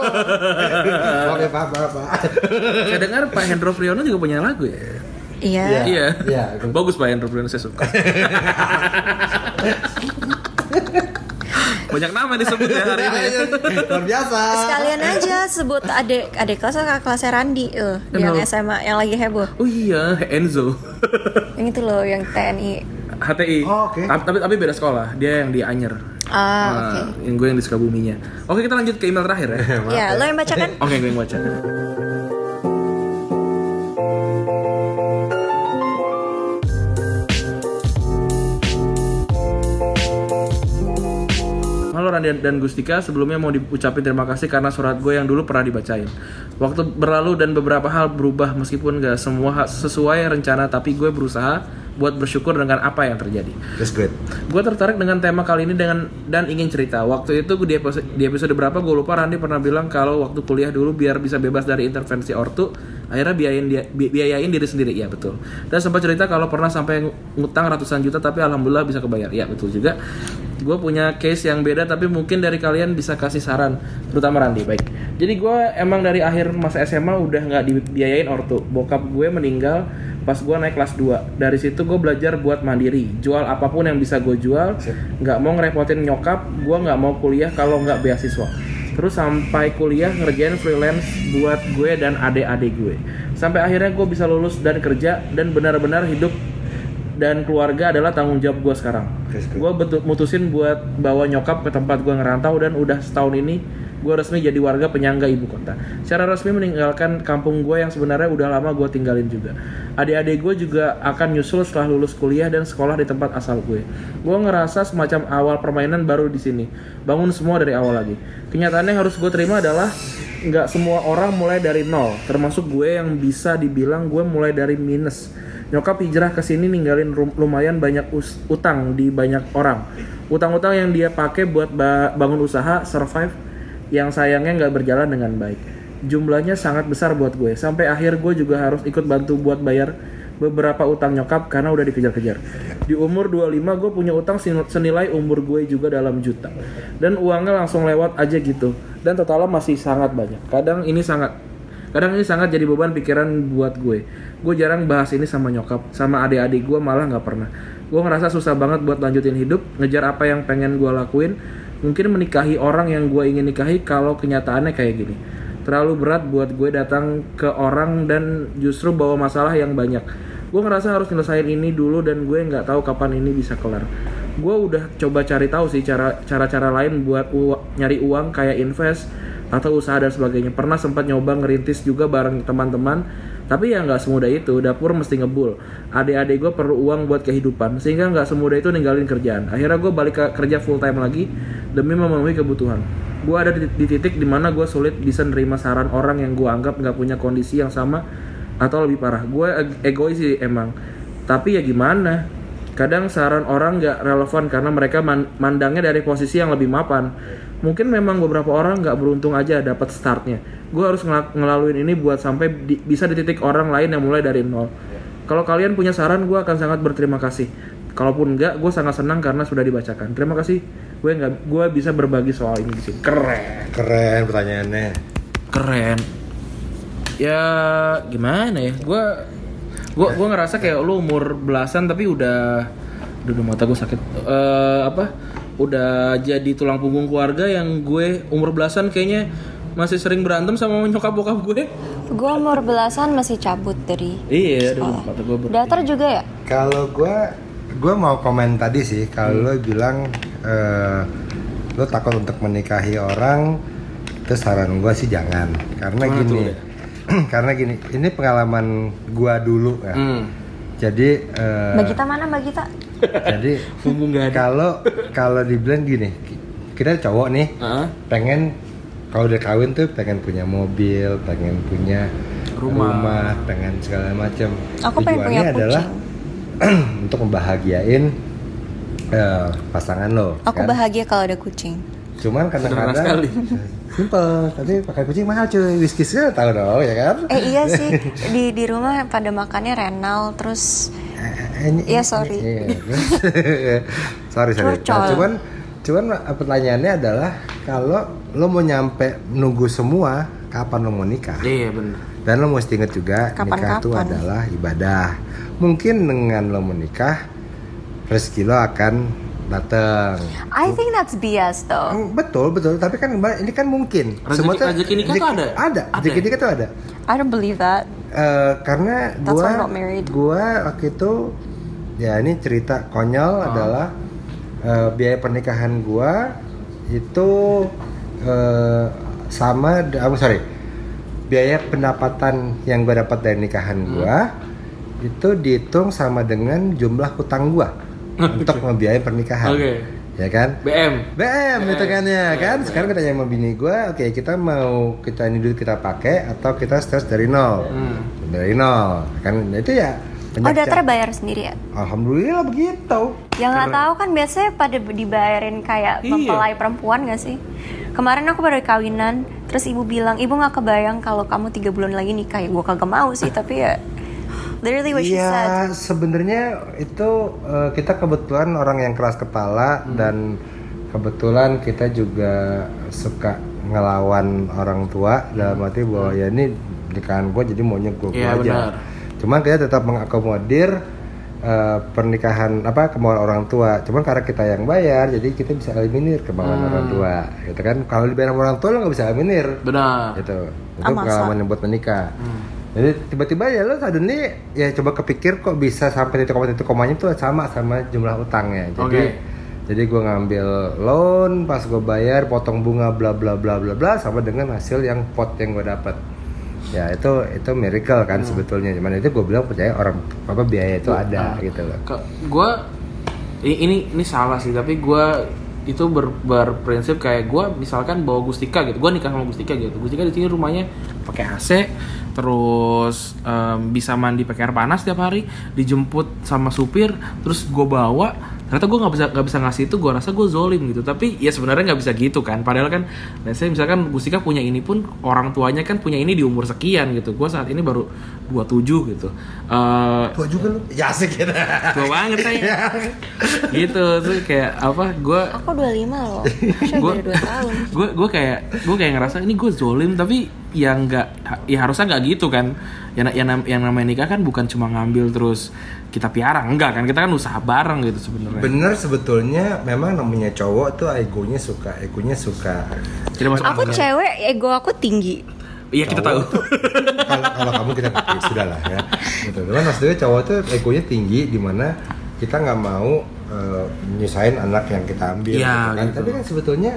Oke, pak, pak, pak. saya dengar Pak Hendro Priyono juga punya lagu ya. Iya. Iya. Iya. Bagus Pak Hendro Priyono, saya suka. Banyak nama disebut ya hari ini. Luar biasa. Sekalian aja sebut adik adik kelas kakak kelasnya Randy, uh, yang Kenapa? S M A yang lagi heboh. Oh iya, Enzo. Yang itu loh, yang T N I. H T I. Oh, oke. tapi, tapi tapi beda sekolah. Dia yang di Anyer. Ah, Nah, oke. Yang gue yang di Sukabuminya. Oke, kita lanjut ke email terakhir ya. Ya, lo yang baca kan? Oke, gue yang baca. Halo Randy dan Gustika, sebelumnya mau diucapin terima kasih karena surat gue yang dulu pernah dibacain. Waktu berlalu dan beberapa hal berubah meskipun gak semua ha- sesuai rencana, tapi gue berusaha buat bersyukur dengan apa yang terjadi. That's great. Gue tertarik dengan tema kali ini dengan dan ingin cerita. Waktu itu di episode, di episode berapa gue lupa, Randy pernah bilang kalau waktu kuliah dulu biar bisa bebas dari intervensi ortu, akhirnya biayain dia bi- biayain diri sendiri. Ya betul. Dan sempat cerita kalau pernah sampai ngutang ratusan juta tapi alhamdulillah bisa kebayar. Ya betul juga. Gue punya case yang beda tapi mungkin dari kalian bisa kasih saran, terutama Randy. Baik. Jadi gue emang dari akhir masa S M A udah nggak dibiayain ortu. Bokap gue meninggal pas gue naik kelas dua. Dari situ gue belajar buat mandiri, jual apapun yang bisa gue jual, nggak mau ngerepotin nyokap, gue nggak mau kuliah kalau nggak beasiswa. Terus sampai kuliah ngerjain freelance buat gue dan adik-adik gue. Sampai akhirnya gue bisa lulus dan kerja dan benar-benar hidup dan keluarga adalah tanggung jawab gue sekarang. Gue betul mutusin buat bawa nyokap ke tempat gue ngerantau dan udah setahun ini gue resmi jadi warga penyangga ibu kota. Secara resmi meninggalkan kampung gue yang sebenarnya udah lama gue tinggalin juga. Adik-adik gue juga akan nyusul setelah lulus kuliah dan sekolah di tempat asal gue. Gue ngerasa semacam awal permainan baru di sini. Bangun semua dari awal lagi. Kenyataannya yang harus gue terima adalah nggak semua orang mulai dari nol. Termasuk gue yang bisa dibilang gue mulai dari minus. Nyokap hijrah ke sini ninggalin rum- lumayan banyak us- utang di banyak orang. Utang-utang yang dia pakai buat ba- bangun usaha, survive, yang sayangnya nggak berjalan dengan baik. Jumlahnya sangat besar buat gue. Sampai akhir gue juga harus ikut bantu buat bayar beberapa utang nyokap karena udah dikejar-kejar. Di umur dua puluh lima gue punya utang senilai umur gue juga dalam juta. Dan uangnya langsung lewat aja gitu. Dan totalnya masih sangat banyak. Kadang ini sangat Kadang ini sangat jadi beban pikiran buat gue. Gue jarang bahas ini sama nyokap, sama adik-adik gue malah nggak pernah. Gue ngerasa susah banget buat lanjutin hidup, ngejar apa yang pengen gue lakuin. Mungkin menikahi orang yang gue ingin nikahi kalau kenyataannya kayak gini. Terlalu berat buat gue datang ke orang dan justru bawa masalah yang banyak. Gue ngerasa harus nyelesain ini dulu dan gue nggak tahu kapan ini bisa kelar. Gue udah coba cari tahu sih cara cara-cara lain buat u- nyari uang kayak invest atau usaha dan sebagainya. Pernah sempat nyoba ngerintis juga bareng teman-teman, tapi ya nggak semudah itu. Dapur mesti ngebul. Adik-adik gue perlu uang buat kehidupan, sehingga nggak semudah itu ninggalin kerjaan. Akhirnya gue balik ke kerja full time lagi demi memenuhi kebutuhan. Gue ada di, di titik dimana gue sulit bisa nerima saran orang yang gue anggap nggak punya kondisi yang sama atau lebih parah. Gue egois sih emang, tapi ya gimana? Kadang saran orang nggak relevan karena mereka man- mandangnya dari posisi yang lebih mapan. Mungkin memang beberapa orang nggak beruntung aja dapat startnya. Gue harus ngel- ngelaluin ini buat sampai di- bisa di titik orang lain yang mulai dari nol. Kalau kalian punya saran, gue akan sangat berterima kasih. Kalaupun enggak, gue sangat senang karena sudah dibacakan. Terima kasih. Gue nggak, gue bisa berbagi soal ini di sini. Keren. Keren pertanyaannya. Keren. Ya gimana ya? Gue gue gue ngerasa kayak lu umur belasan tapi udah, udah mata gue sakit. Uh, apa? Udah jadi tulang punggung keluarga yang gue umur belasan kayaknya masih sering berantem sama nyokap bokap gue. Gue umur belasan masih cabut dari Iya, aduh mata gue ber- Datar juga ya? Kalau gue, gue mau komen tadi sih, kalau hmm. lo bilang uh, lo takut untuk menikahi orang, itu saran gue sih jangan, karena Mana gini, karena gini, ini pengalaman gue dulu ya. Hmm. Jadi, uh, Mbak Gita mana Mbak Gita? Jadi kalau kalau dibilang gini, kita cowok nih, uh-huh. pengen kalau udah kawin tuh pengen punya mobil, pengen punya rumah, rumah pengen segala macam. Tujuannya adalah untuk membahagiain uh, pasangan lo. Aku kan? Bahagia kalau ada kucing. Cuman kadang-kadang simple, tapi pakai kucing mahal cuy. Whisky-nya tahu dong ya kan? Eh iya sih, di di rumah pada makannya renal terus. Iya sorry. sorry sorry. Nah, cuman cuman pertanyaannya adalah kalau lo mau nyampe nunggu semua, kapan lo mau nikah? Iya benar. Dan lo mesti inget juga kapan, nikah itu adalah ibadah. Mungkin dengan lo menikah, rezeki lo akan datang. I think that's B S though. Betul betul. Tapi kan ini kan mungkin. Rezeki, rezeki nikah tuh ada. Ada. Rezeki nikah tuh ada. I don't believe that. Uh, karena That's gua gua waktu itu ya ini cerita konyol oh. adalah uh, biaya pernikahan gua itu uh, sama I'm sorry biaya pendapatan yang gua dapat dari nikahan gua hmm. itu dihitung sama dengan jumlah hutang gua untuk membiayai pernikahan. Okay. Ya kan? B M. B M hitungannya kan. Sekarang kita tanya sama bini gue, oke okay, kita mau kita ini duit kita pakai atau kita start dari nol. Hmm. Dari nol. Kan itu ya. Oh, Datar bayar sendiri ya? Alhamdulillah begitu. Yang nggak tahu kan biasanya pada dibayarin kayak iya. mempelai perempuan nggak sih? Kemarin aku baru kawinan, terus ibu bilang, ibu nggak kebayang kalau kamu tiga bulan lagi nikah. Ya gue kagak mau sih, tapi ya. Literally what she ya, said. Iya, sebenarnya itu uh, kita kebetulan orang yang keras kepala hmm. dan kebetulan kita juga suka ngelawan orang tua hmm. dalam arti bahwa ya ini nikahan gue jadi maunya gue ya, aja. Benar. Cuman kita tetap mengakomodir uh, pernikahan apa kemauan orang tua. Cuman karena kita yang bayar, jadi kita bisa eliminir kemauan hmm. orang tua, gitu kan? Kalau dibayar sama orang tua lo nggak bisa eliminir. Benar. Gitu. Itu pengalaman yang buat menikah. Hmm. Jadi tiba-tiba ya lo suddenly ya coba kepikir kok bisa sampai titik koma titik komanya itu sama sama jumlah utangnya. Jadi okay. jadi gue ngambil loan, pas gue bayar potong bunga bla bla bla bla bla sama dengan hasil yang pot yang gue dapat. Ya itu itu miracle kan hmm. sebetulnya. Cuman itu gue bilang percaya orang apa biaya itu ada nah, gitu loh. Gue ini ini salah sih, tapi gue itu ber, berprinsip kayak gue misalkan bawa Gustika gitu, gue nikah sama Gustika gitu. Gustika di sini rumahnya pakai A C, terus um, bisa mandi pakai air panas tiap hari, dijemput sama supir, terus gue bawa. Ternyata gue nggak bisa nggak bisa ngasih itu, gue rasa gue zolim gitu. Tapi ya sebenarnya nggak bisa gitu kan. Padahal kan, saya misalkan Gustika punya ini pun orang tuanya kan punya ini di umur sekian gitu. Gue saat ini baru dua puluh tujuh gitu. Uh, tua juga lu? Ya asik gitu. Tua banget saya. Gitu tuh kayak apa? Gue. Aku dua puluh lima loh. Gue dua tahun. Gue gue kayak gue kayak ngerasa ini gue zolim, tapi yang nggak ya harusnya nggak gitu kan. Yang yang yang namanya nikah kan bukan cuma ngambil terus kita piara, enggak kan, kita kan usaha bareng gitu sebenarnya. Bener sebetulnya memang namanya cowok tuh egonya suka, egonya suka. Aku cewek, ego aku tinggi. Iya kita tahu. Kalau kalau kamu kita ngerti, sudah lah ya. Gitu. Cuman maksudnya cowok tuh egonya tinggi, di mana kita nggak mau uh, nyusahin anak yang kita ambil. Ya, gitu kan. gitu. Tapi kan sebetulnya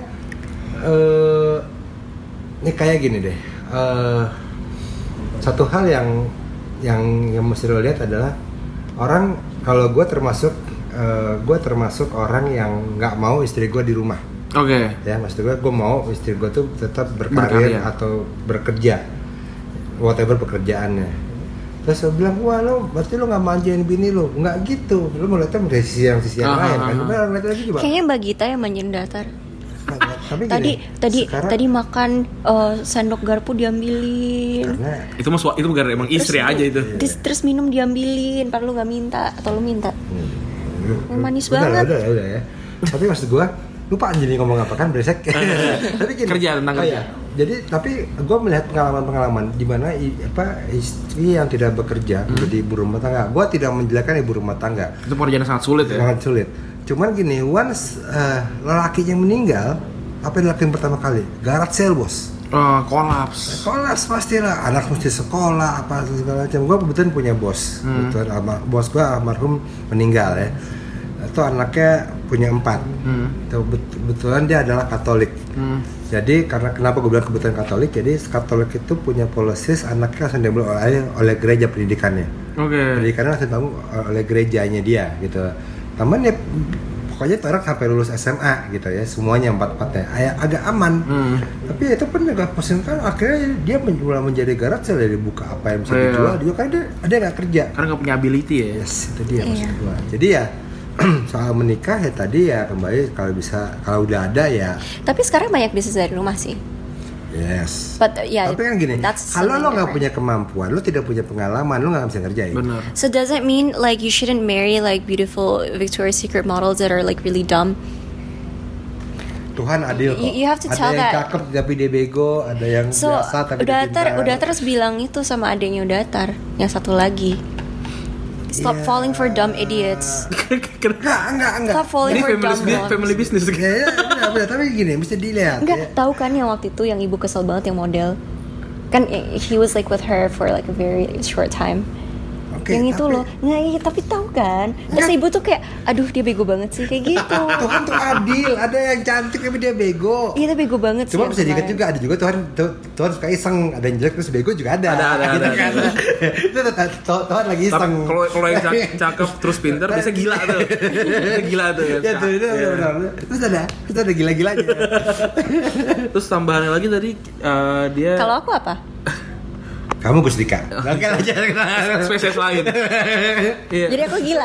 uh, ini kayak gini deh. Uh, satu hal yang yang yang mesti lo lihat adalah orang, kalau gue termasuk uh, gue termasuk orang yang nggak mau istri gue di rumah. Oke. Okay. Ya maksud gue, gue mau istri gue tuh tetap berkarir Berkarya. atau bekerja, whatever pekerjaannya. Terus gue bilang, wah lo berarti lo nggak manjain bini lo, nggak gitu. Lo mau lihatnya dari sisi yang sisi yang lain kan? Lo lihat lagi juga. Kayaknya Mbak Gita yang manjain datar. Tapi tadi gini, tadi sekarang, tadi makan uh, sendok garpu diambilin. Karena itu mas itu bukan emang istri terus, aja itu. Terus, terus minum diambilin, padahal lu nggak minta atau lu minta. Hmm. Manis udah, banget. Udah, udah, udah ya. Tapi maksud gua lupa anjing ngomong apa kan beresek. Tapi gini, kerja tentang oh kerja. Ya, jadi tapi gua melihat pengalaman-pengalaman di mana apa istri yang tidak bekerja hmm. menjadi ibu rumah tangga. Gua tidak menjelekkan ibu rumah tangga. Itu pekerjaan sangat sulit ya. Sangat sulit. Cuman gini, once uh, lelaki yang meninggal, apa yang dilakukan pertama kali? Garage sale bos. Uh, kolaps. Kolaps pastilah. Anak mesti sekolah apa segala macam. Gue kebetulan punya bos. Hmm. Kebetulan ama, bos gue almarhum meninggal ya. Itu anaknya punya empat. Hmm. Kebetulan dia adalah Katolik. Hmm. Jadi karena kenapa gue bilang kebetulan Katolik? Jadi Katolik itu punya policies anaknya langsung diambil oleh oleh gereja pendidikannya. Oke. Okay. Pendidikannya langsung ditanggung oleh gerejanya dia gitu. Taman ya. Pokoknya orang sampai lulus S M A gitu ya, semuanya empat-empatnya agak aman. Hmm. Tapi itu pun juga pusing kan, akhirnya dia mulai menjadi garage sale, dia buka apa yang bisa dijual, dia kan dia ada nggak kerja. Karena nggak punya ability ya. Yes, itu dia maksud gua. Jadi ya soal menikah ya tadi ya kembali kalau bisa kalau udah ada ya. Tapi sekarang banyak bisnis dari rumah sih. Yes. But, uh, yeah, tapi kan gini, kalau lo nggak punya kemampuan, lo tidak punya pengalaman, lo nggak bisa ngerjain. Benar. So does it mean like you shouldn't marry like beautiful Victoria's Secret models that are like really dumb? Tuhan adil kok. You, you have to ada tell yang that. cakep tapi dia bego, ada yang so, biasa tapi dia Udatar, pintar. udah terus bilang itu sama adiknya Udatar, yang satu lagi. Stop yeah. falling for dumb idiots. Enggak, enggak, enggak. Stop falling ini for family, dumb business, family business. Ya, ya, benar, benar. Tapi gini, mesti dilihat. Enggak, ya. tahu kan yang waktu itu yang ibu kesel banget yang model. Kan he was like with her for like a very short time. Okay, yang itu tapi, loh, nggak iya, tapi tahu kan? Terus ibu tuh kayak, aduh dia bego banget sih kayak gitu. Tuhan tuh adil, ada yang cantik tapi dia bego. Iya, bego banget sih. Cuma bisa diingat juga ada juga Tuhan Tuhan suka iseng, ada yang jelek terus bego juga ada. Ada ada gitu ada. Kan. Itu Tuhan lagi iseng. Kalau kalau yang cakep terus pintar bisa gila tuh. Bisa gila tuh. Ya tuh, itu benar. Terus ada, terus ada gila-gilanya. Terus tambahan lagi tadi uh, dia. Kalau aku apa? Kamu Gustika. Oke aja. Spesies lain. Iya. Jadi aku gila.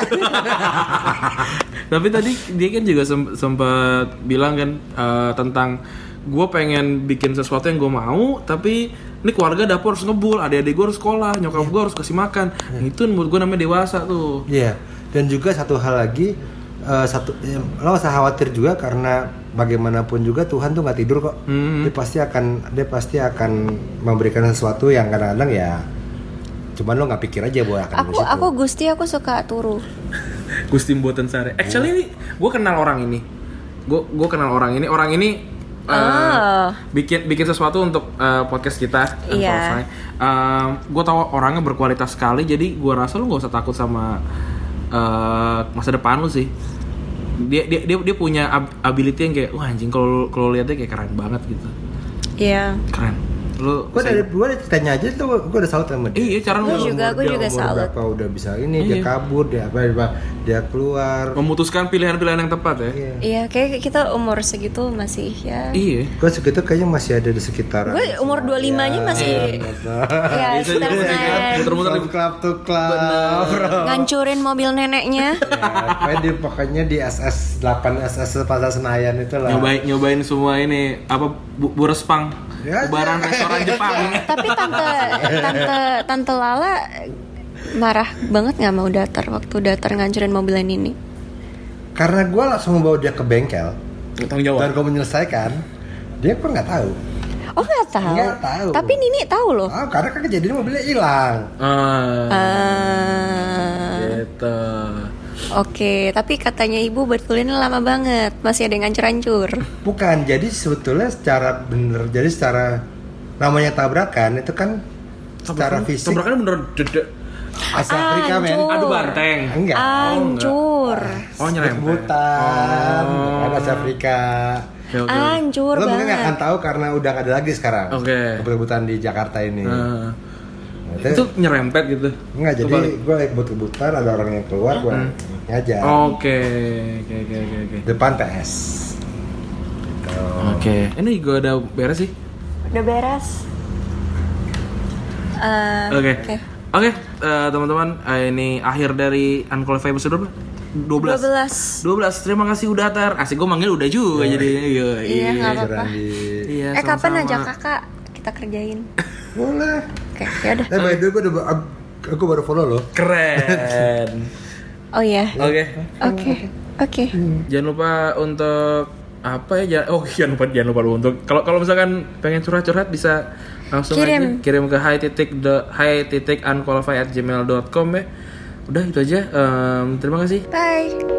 Tapi tadi dia kan juga sempat bilang kan uh, tentang gue pengen bikin sesuatu yang gue mau, tapi ini keluarga dapur harus ngebul, adik-adik gue harus sekolah, nyokap yeah. gue harus kasih makan. Yeah. Itu menurut gue namanya dewasa tuh. Iya. Yeah. Dan juga satu hal lagi, uh, satu ya, lo usah khawatir juga karena bagaimanapun juga Tuhan tuh nggak tidur kok. Mm-hmm. Dia pasti akan dia pasti akan memberikan sesuatu yang kadang-kadang ya Cuman lo nggak pikir aja bahwa akan Aku di situ. aku Gusti aku suka turu. Gusti Mboten Sare. Actually ini gue kenal orang ini. Gue gue kenal orang ini. Orang ini uh, Oh. bikin bikin sesuatu untuk uh, podcast kita. Iya. Uh, gue tahu orangnya berkualitas sekali. Jadi gue rasa lu nggak usah takut sama uh, masa depan lu sih. Dia dia dia, dia punya ab- ability yang kayak wah anjing kalau kalau lihatnya kayak keren banget gitu. Iya. Keren. Lu Gue dari gue ceritanya aja tuh gue udah salut sama dia. Iya, cara Gue lu juga, gue Dia juga umur salut. berapa udah bisa ini, Iya. dia kabur, dia apa, dia, dia keluar. memutuskan pilihan-pilihan yang tepat ya. Iya. Iya, kayak kita umur segitu masih ya. Iya. Gue segitu kayaknya masih ada di sekitaran. Gue umur dua puluh lima-nya masih ya Bisa sekitar juga Senayan. kan, muter-muter di club to club. Bro. Ngancurin mobil neneknya. Ya, pokoknya di, pokoknya di S S delapan S S Pasar Senayan itu lah. nyobain nyobain semua ini apa bu, burespang Ya, bubaran ya. restoran Jepang. Tapi tante tante tante Lala marah banget nggak mau datar waktu datar ngancurin mobilan ini. Karena gue langsung membawa dia ke bengkel Tanggung dan jawab. gue menyelesaikan, dia pun nggak tahu. Oh nggak tahu. Nggak tahu. Tapi Nini tahu loh. Oh, karena kan kejadian mobilnya hilang. Ah, Ah, gitu. Oke, tapi katanya ibu betulinnya lama banget, masih ada yang ngancur-ancur. Bukan, jadi sebetulnya secara bener, jadi secara namanya tabrakan itu kan secara fisik Tabrakannya bener dede. Asia Afrika men. Hancur. Adu banteng. Enggak. Hancur. Oh nyerempet. Kebutan, Oh. ada Asia Afrika. Oke, oke. Hancur Lo mungkin nggak akan banget. tahu karena udah nggak ada lagi sekarang. Oke. Kebut-kebutan di Jakarta ini. Ah. Nah, Itu nyerempet gitu. enggak, jadi Kebalik. gue lagi kebut-kebutan, ada orang yang keluar, gue ngajar. Oke, oke, oke, oke, oke. Depan P S. Gitu. Oke, ini juga udah beres sih. Udah beres. Eh, Oke. Oke. Oke, eh, teman-teman, eh, ini akhir dari Unqualified episode berapa? dua belas. dua belas. dua belas. Terima kasih udah tar. Asik gue manggil udah juga jadi. Iya, Iya, nggak apa-apa. Jalan di... Iya, Eh kapan sama-sama. aja kakak kita kerjain? Boleh. Oke, ya udah. Eh, by the way, gue udah, aku baru follow lo. Keren. Oh iya. Oke. Oke. Oke. Jangan lupa untuk apa ya? Jangan, oh jangan lupa jangan lupa untuk kalau kalau misalkan pengen curhat-curhat bisa langsung Kirim. aja kirim ke hi titik the hi titik unqualified at gmail dot com ya. Udah itu aja. Em, terima kasih. Bye.